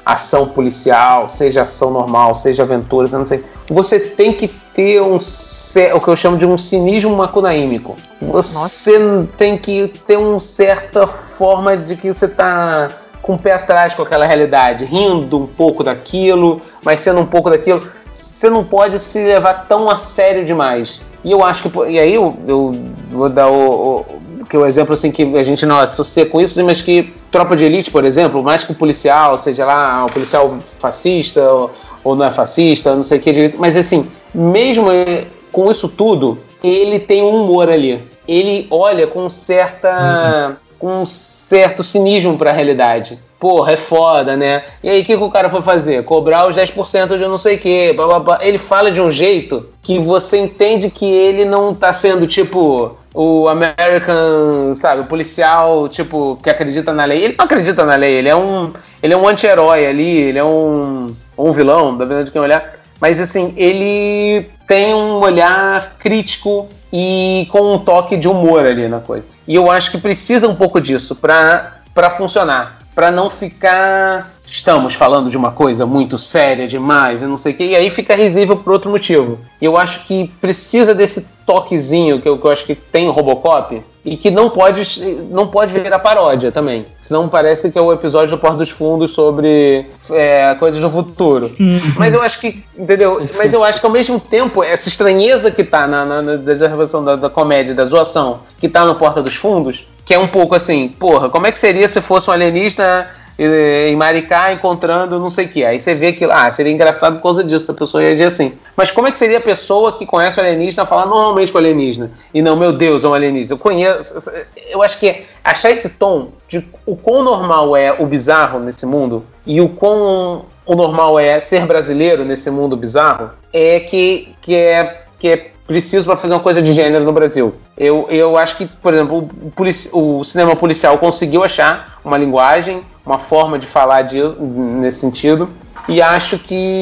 ação policial, seja ação normal, seja aventuras, eu não sei. Você tem que ter um, o que eu chamo de um cinismo macunaímico. Você Nossa. tem que ter uma certa forma de que você tá com o pé atrás com aquela realidade, rindo um pouco daquilo, mas sendo um pouco daquilo. Você não pode se levar tão a sério demais. E eu acho que... E aí eu, eu vou dar o... o que o exemplo assim que a gente não associa com isso, mas que Tropa de Elite, por exemplo, mais que o policial, seja lá um policial fascista ou, ou não é fascista, não sei o que direito, mas assim, mesmo com isso tudo, ele tem um humor ali. Ele olha com certa, uhum. com um certo cinismo para a realidade. Porra, é foda, né? E aí, o que, que o cara foi fazer? Cobrar os dez por cento de não sei o quê. Blá, blá, blá. Ele fala de um jeito que você entende que ele não tá sendo, tipo, o American, sabe, o policial, tipo, que acredita na lei. Ele não acredita na lei, ele é um, ele é um anti-herói ali, ele é um, um vilão, dependendo de quem olhar. Mas, assim, ele tem um olhar crítico e com um toque de humor ali na coisa. E eu acho que precisa um pouco disso pra, pra funcionar. Pra não ficar... Estamos falando de uma coisa muito séria demais e não sei o que, e aí fica risível por outro motivo. E eu acho que precisa desse toquezinho que eu, que eu acho que tem o Robocop e que não pode, não pode virar paródia também. Senão parece que é o episódio do Porta dos Fundos sobre é, coisas do futuro. Mas eu acho que, entendeu? Mas eu acho que ao mesmo tempo, essa estranheza que tá na, na, na deservação da, da comédia, da zoação, que tá no Porta dos Fundos, que é um pouco assim, porra, como é que seria se fosse um alienígena em Maricá encontrando não sei o que. Aí você vê que, ah, seria engraçado por causa disso, a pessoa ia dizer assim. Mas como é que seria a pessoa que conhece o alienígena falar normalmente com o alienígena? E não, meu Deus, é um alienígena. Eu conheço. Eu acho que achar esse tom de o quão normal é o bizarro nesse mundo e o quão o normal é ser brasileiro nesse mundo bizarro é que, que é. Que é preciso para fazer uma coisa de gênero no Brasil. Eu, eu acho que, por exemplo, o, polici- o cinema policial conseguiu achar uma linguagem, uma forma de falar de, nesse sentido, e acho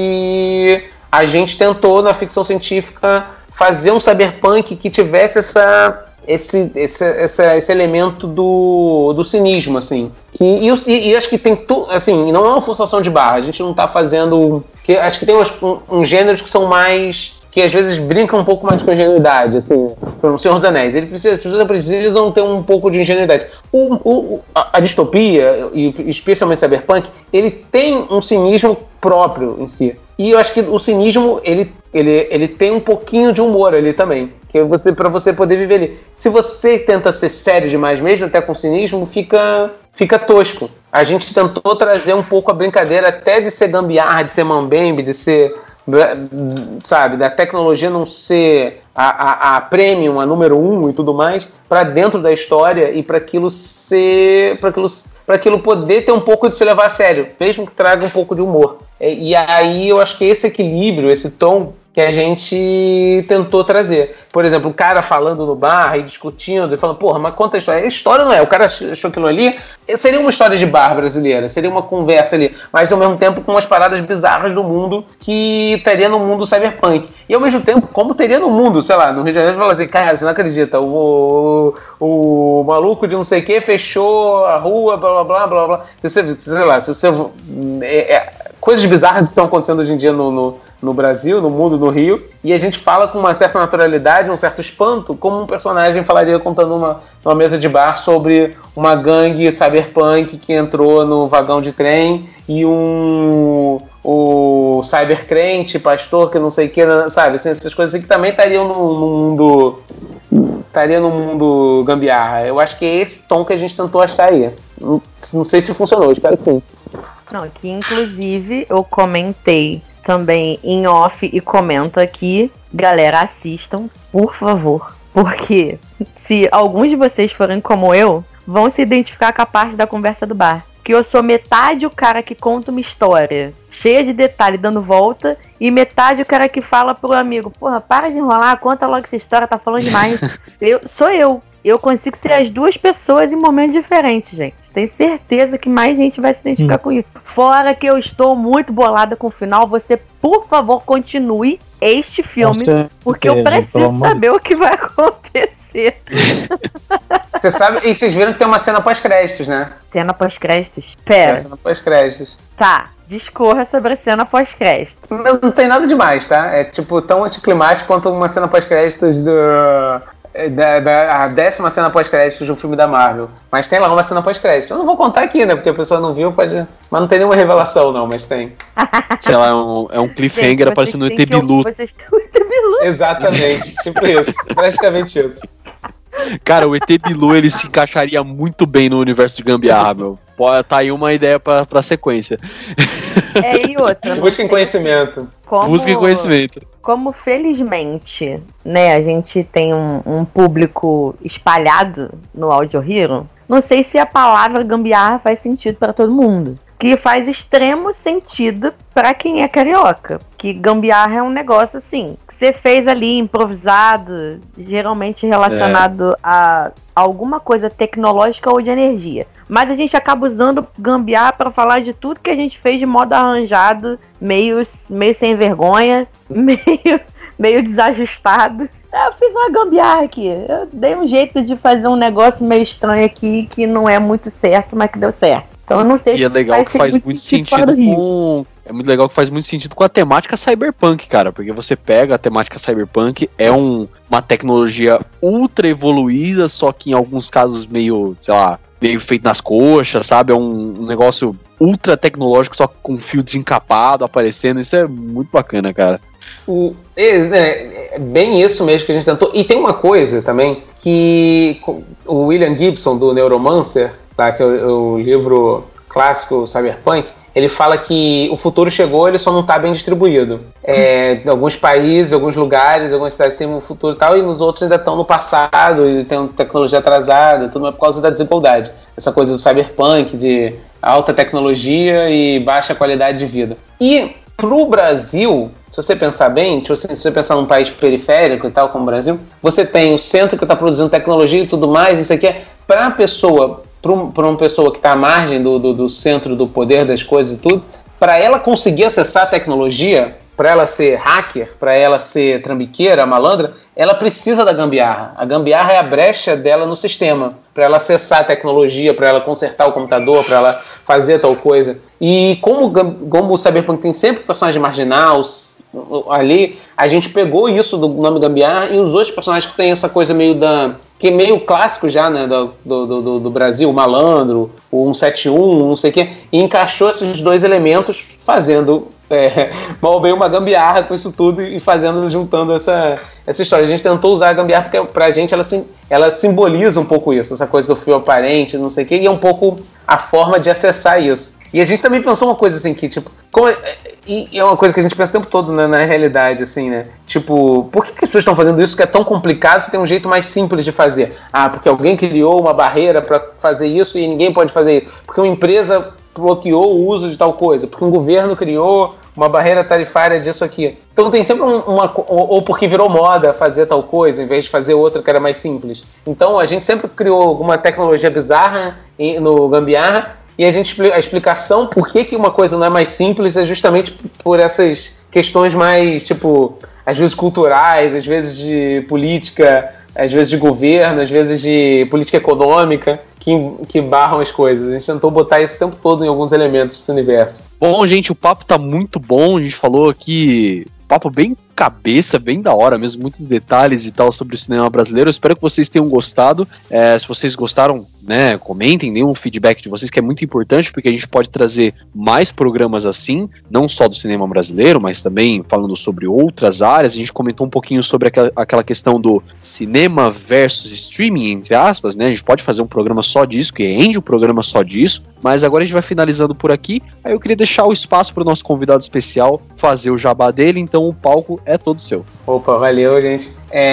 que a gente tentou, na ficção científica, fazer um cyberpunk que tivesse essa, esse, esse, esse, esse elemento do, do cinismo, assim. E, e, e acho que tem tudo, assim, não é uma forçação de barra, a gente não está fazendo... Que, acho que tem uns, um, uns gêneros que são mais... que às vezes brincam um pouco mais com a ingenuidade, assim, como o Senhor dos Anéis. Ele precisa, as pessoas precisam ter um pouco de ingenuidade. O, o, a, a distopia, e especialmente o cyberpunk, ele tem um cinismo próprio em si. E eu acho que o cinismo, ele, ele, ele tem um pouquinho de humor ali também, que é você, pra você poder viver ali. Se você tenta ser sério demais, mesmo até com cinismo, fica, fica tosco. A gente tentou trazer um pouco a brincadeira até de ser gambiarra, de ser mambembe, de ser... sabe, da tecnologia não ser a, a, a premium, a número um e tudo mais, para dentro da história e para aquilo ser, para aquilo, para aquilo poder ter um pouco de se levar a sério, mesmo que traga um pouco de humor. E, e aí eu acho que esse equilíbrio, esse tom que a gente tentou trazer. Por exemplo, o cara falando no bar e discutindo e falando, porra, mas conta a história. A história não é, o cara achou aquilo ali, seria uma história de bar brasileira, seria uma conversa ali, mas ao mesmo tempo com umas paradas bizarras do mundo que estaria no mundo cyberpunk. E ao mesmo tempo, como teria no mundo, sei lá, no Rio de Janeiro, você fala assim, cara, você não acredita, o, o, o maluco de não sei o que fechou a rua, blá, blá, blá, blá, blá. Você, sei lá, se você... É, é, coisas bizarras estão acontecendo hoje em dia no, no, no Brasil, no mundo, no Rio, e a gente fala com uma certa naturalidade, um certo espanto, como um personagem falaria contando uma, uma mesa de bar sobre uma gangue cyberpunk que entrou no vagão de trem e um o cybercrente, pastor, que não sei o que, sabe, assim, essas coisas assim que também estariam no, no mundo estaria no mundo gambiarra. Eu acho que é esse tom que a gente tentou achar aí. Não, não sei se funcionou, espero que sim. Não, que inclusive eu comentei também em off e comento aqui, galera, assistam, por favor, porque se alguns de vocês forem como eu, vão se identificar com a parte da conversa do bar, que eu sou metade o cara que conta uma história cheia de detalhe dando volta e metade o cara que fala pro amigo, porra, para de enrolar, conta logo essa história, tá falando demais. eu, sou eu, eu consigo ser as duas pessoas em momentos diferentes, gente. Tenho certeza que mais gente vai se identificar hum. com isso. Fora que eu estou muito bolada com o final, você, por favor, continue este filme, porque eu preciso saber o que vai acontecer. Você sabe, e vocês viram que tem uma cena pós-créditos, né? Cena pós-créditos? Pera. É, cena pós-créditos. Tá, Discorra sobre a cena pós-crédito. Não, não tem nada demais, tá? É tipo tão anticlimático quanto uma cena pós-créditos do... Da, da, a décima cena pós-créditos de um filme da Marvel. Mas tem lá uma cena pós-crédito. Eu não vou contar aqui, né? Porque a pessoa não viu, pode... Mas não tem nenhuma revelação, não, mas tem. Sei lá, é um, é um cliffhanger Gente, aparecendo no E T Bilu. Vocês têm o E T Bilu. Exatamente, tipo isso. Praticamente isso. Cara, o E T Bilu, ele se encaixaria muito bem no universo de Gambiarra, meu. Tá aí uma ideia pra, pra sequência. É, e outra. Busquem conhecimento. Como, Busquem conhecimento. Como, felizmente, né, a gente tem um, um público espalhado no Audio Hero, não sei se a palavra gambiarra faz sentido pra todo mundo. Que faz extremo sentido pra quem é carioca. Que gambiarra é um negócio assim, que você fez ali improvisado, geralmente relacionado é. a alguma coisa tecnológica ou de energia. Mas a gente acaba usando gambiarra pra falar de tudo que a gente fez de modo arranjado, meio, meio sem vergonha, meio, meio desajustado. Eu fiz uma gambiarra aqui. Eu dei um jeito de fazer um negócio meio estranho aqui que não é muito certo, mas que deu certo. Então eu não sei e se é legal que faz muito sentido com... É muito legal que faz muito sentido com a temática cyberpunk, cara. Porque você pega a temática cyberpunk, é um, uma tecnologia ultra evoluída, só que em alguns casos meio, sei lá, meio feito nas coxas, sabe? É um, um negócio ultra tecnológico, só com fio desencapado aparecendo. Isso é muito bacana, cara. O, é, é bem isso mesmo que a gente tentou. E tem uma coisa também que o William Gibson, do Neuromancer, tá, que é o, o livro clássico cyberpunk, ele fala que o futuro chegou, ele só não está bem distribuído. É, em alguns países, em alguns lugares, em algumas cidades tem um futuro e tal, e nos outros ainda estão no passado, e tem tecnologia atrasada, tudo é por causa da desigualdade. Essa coisa do cyberpunk, de alta tecnologia e baixa qualidade de vida. E pro Brasil, se você pensar bem, tipo assim, se você pensar num país periférico e tal, como o Brasil, você tem o centro que está produzindo tecnologia e tudo mais, isso aqui é para a pessoa... para uma pessoa que está à margem do, do, do centro do poder das coisas e tudo, para ela conseguir acessar a tecnologia, para ela ser hacker, para ela ser trambiqueira, malandra, ela precisa da gambiarra. A gambiarra é a brecha dela no sistema, para ela acessar a tecnologia, para ela consertar o computador, para ela fazer tal coisa. E como, como o Cyberpunk tem sempre personagem marginal, ali, a gente pegou isso do nome gambiarra e os outros personagens que tem essa coisa meio da... que é meio clássico já, né, do, do, do, do Brasil, o malandro, o cento e setenta e um, não sei o quê, e encaixou esses dois elementos fazendo, é, mal ou bem, uma gambiarra com isso tudo e fazendo, juntando essa, essa história. A gente tentou usar a gambiarra porque pra gente ela, ela simboliza um pouco isso, essa coisa do fio aparente, não sei o quê, e é um pouco a forma de acessar isso. E a gente também pensou uma coisa assim que, tipo, como é, e é uma coisa que a gente pensa o tempo todo, né, na realidade, assim, né? Tipo, por que, que as pessoas estão fazendo isso que é tão complicado se tem um jeito mais simples de fazer? Ah, porque alguém criou uma barreira para fazer isso e ninguém pode fazer isso. Porque uma empresa bloqueou o uso de tal coisa. Porque um governo criou uma barreira tarifária disso aqui. Então tem sempre uma... Ou porque virou moda fazer tal coisa, em vez de fazer outra que era mais simples. Então a gente sempre criou alguma tecnologia bizarra no gambiarra. E a gente, a explicação por que, que uma coisa não é mais simples é justamente por essas questões mais, tipo, às vezes culturais, às vezes de política, às vezes de governo, às vezes de política econômica, que, que barram as coisas. A gente tentou botar isso o tempo todo em alguns elementos do universo. Bom, gente, o papo tá muito bom. A gente falou aqui... papo bem cabeça, bem da hora mesmo, muitos detalhes e tal sobre o cinema brasileiro. Eu espero que vocês tenham gostado. É, se vocês gostaram, né, comentem, deem um feedback de vocês, que é muito importante, porque a gente pode trazer mais programas assim, não só do cinema brasileiro, mas também falando sobre outras áreas. A gente comentou um pouquinho sobre aquela, aquela questão do cinema versus streaming, entre aspas, né? A gente pode fazer um programa só disso, que rende um programa só disso, mas agora a gente vai finalizando por aqui. Aí eu queria deixar o espaço para o nosso convidado especial fazer o jabá dele, então o palco é todo seu. Opa, valeu, gente.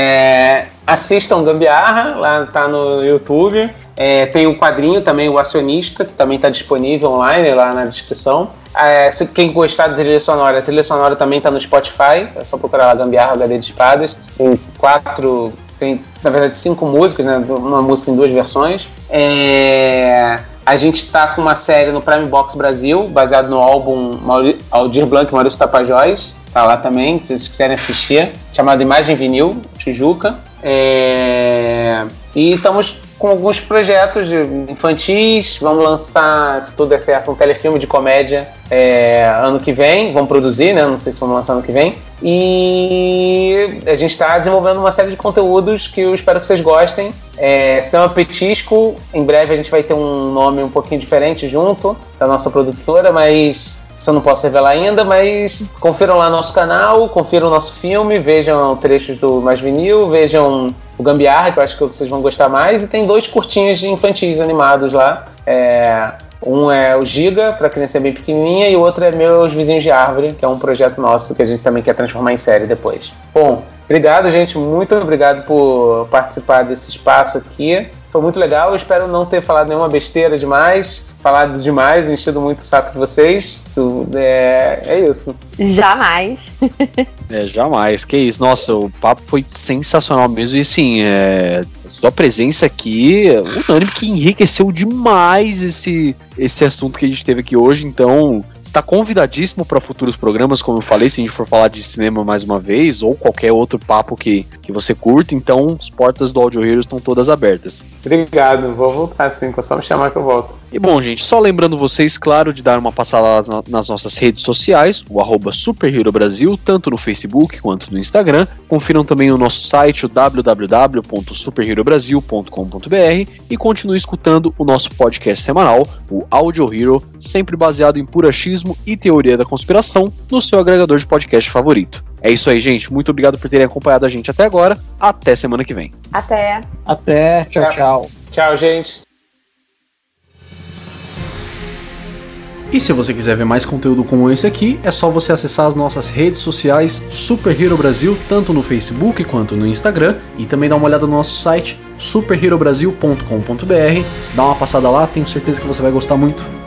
É, assistam Gambiarra, lá tá no YouTube. É, tem o quadrinho também, o Acionista, que também está disponível online, lá na descrição. É, se quem gostar da trilha sonora, a trilha sonora também está no Spotify, é só procurar lá Gambiarra H D de Espadas. Tem quatro, tem na verdade cinco músicas, né? Uma música em duas versões. É, a gente está com uma série no Prime Box Brasil, baseado no álbum Mauri, Aldir Blanc e Maurício Tapajós. Tá lá também, se vocês quiserem assistir, chamado Imagem Vinil, Tijuca. É... E estamos com alguns projetos infantis. Vamos lançar, se tudo der certo, um telefilme de comédia é, ano que vem. Vamos produzir, né? Não sei se vamos lançar ano que vem. E a gente está desenvolvendo uma série de conteúdos que eu espero que vocês gostem. É, Cinema Petisco, em breve a gente vai ter um nome um pouquinho diferente junto da nossa produtora, mas isso eu não posso revelar ainda, mas confiram lá nosso canal, confiram o nosso filme, vejam trechos do Mais Vinil, vejam o Gambiarra, que eu acho que vocês vão gostar mais, e tem dois curtinhos de infantis animados lá. É, um é o Giga, para criança bem pequenininha, e o outro é Meus Vizinhos de Árvore, que é um projeto nosso que a gente também quer transformar em série depois. Bom, obrigado, gente, muito obrigado por participar desse espaço aqui. Foi muito legal, eu espero não ter falado nenhuma besteira demais, falado demais, enchido muito o saco de vocês. É, é isso. Jamais. É, jamais. Que isso. Nossa, o papo foi sensacional mesmo. E assim, é, sua presença aqui, unânime, que enriqueceu demais esse, esse assunto que a gente teve aqui hoje. Então, está convidadíssimo para futuros programas, como eu falei, se a gente for falar de cinema mais uma vez, ou qualquer outro papo que, que você curta. Então, as portas do Audio Heroes estão todas abertas. Obrigado, vou voltar sim, é só me chamar que eu volto. E bom, gente, só lembrando vocês, claro, de dar uma passada nas nossas redes sociais, o arroba Super Hero Brasil, tanto no Facebook quanto no Instagram. Confiram também o nosso site, o w w w ponto super hero brasil ponto com ponto b r, e continue escutando o nosso podcast semanal, o Audio Hero, sempre baseado em puro achismo e teoria da conspiração, no seu agregador de podcast favorito. É isso aí, gente. Muito obrigado por terem acompanhado a gente até agora. Até semana que vem. Até. Até. Tchau, tchau. Tchau, gente. E se você quiser ver mais conteúdo como esse aqui, é só você acessar as nossas redes sociais Super Hero Brasil, tanto no Facebook quanto no Instagram, e também dar uma olhada no nosso site super hero brasil ponto com ponto b r. Dá uma passada lá, tenho certeza que você vai gostar muito.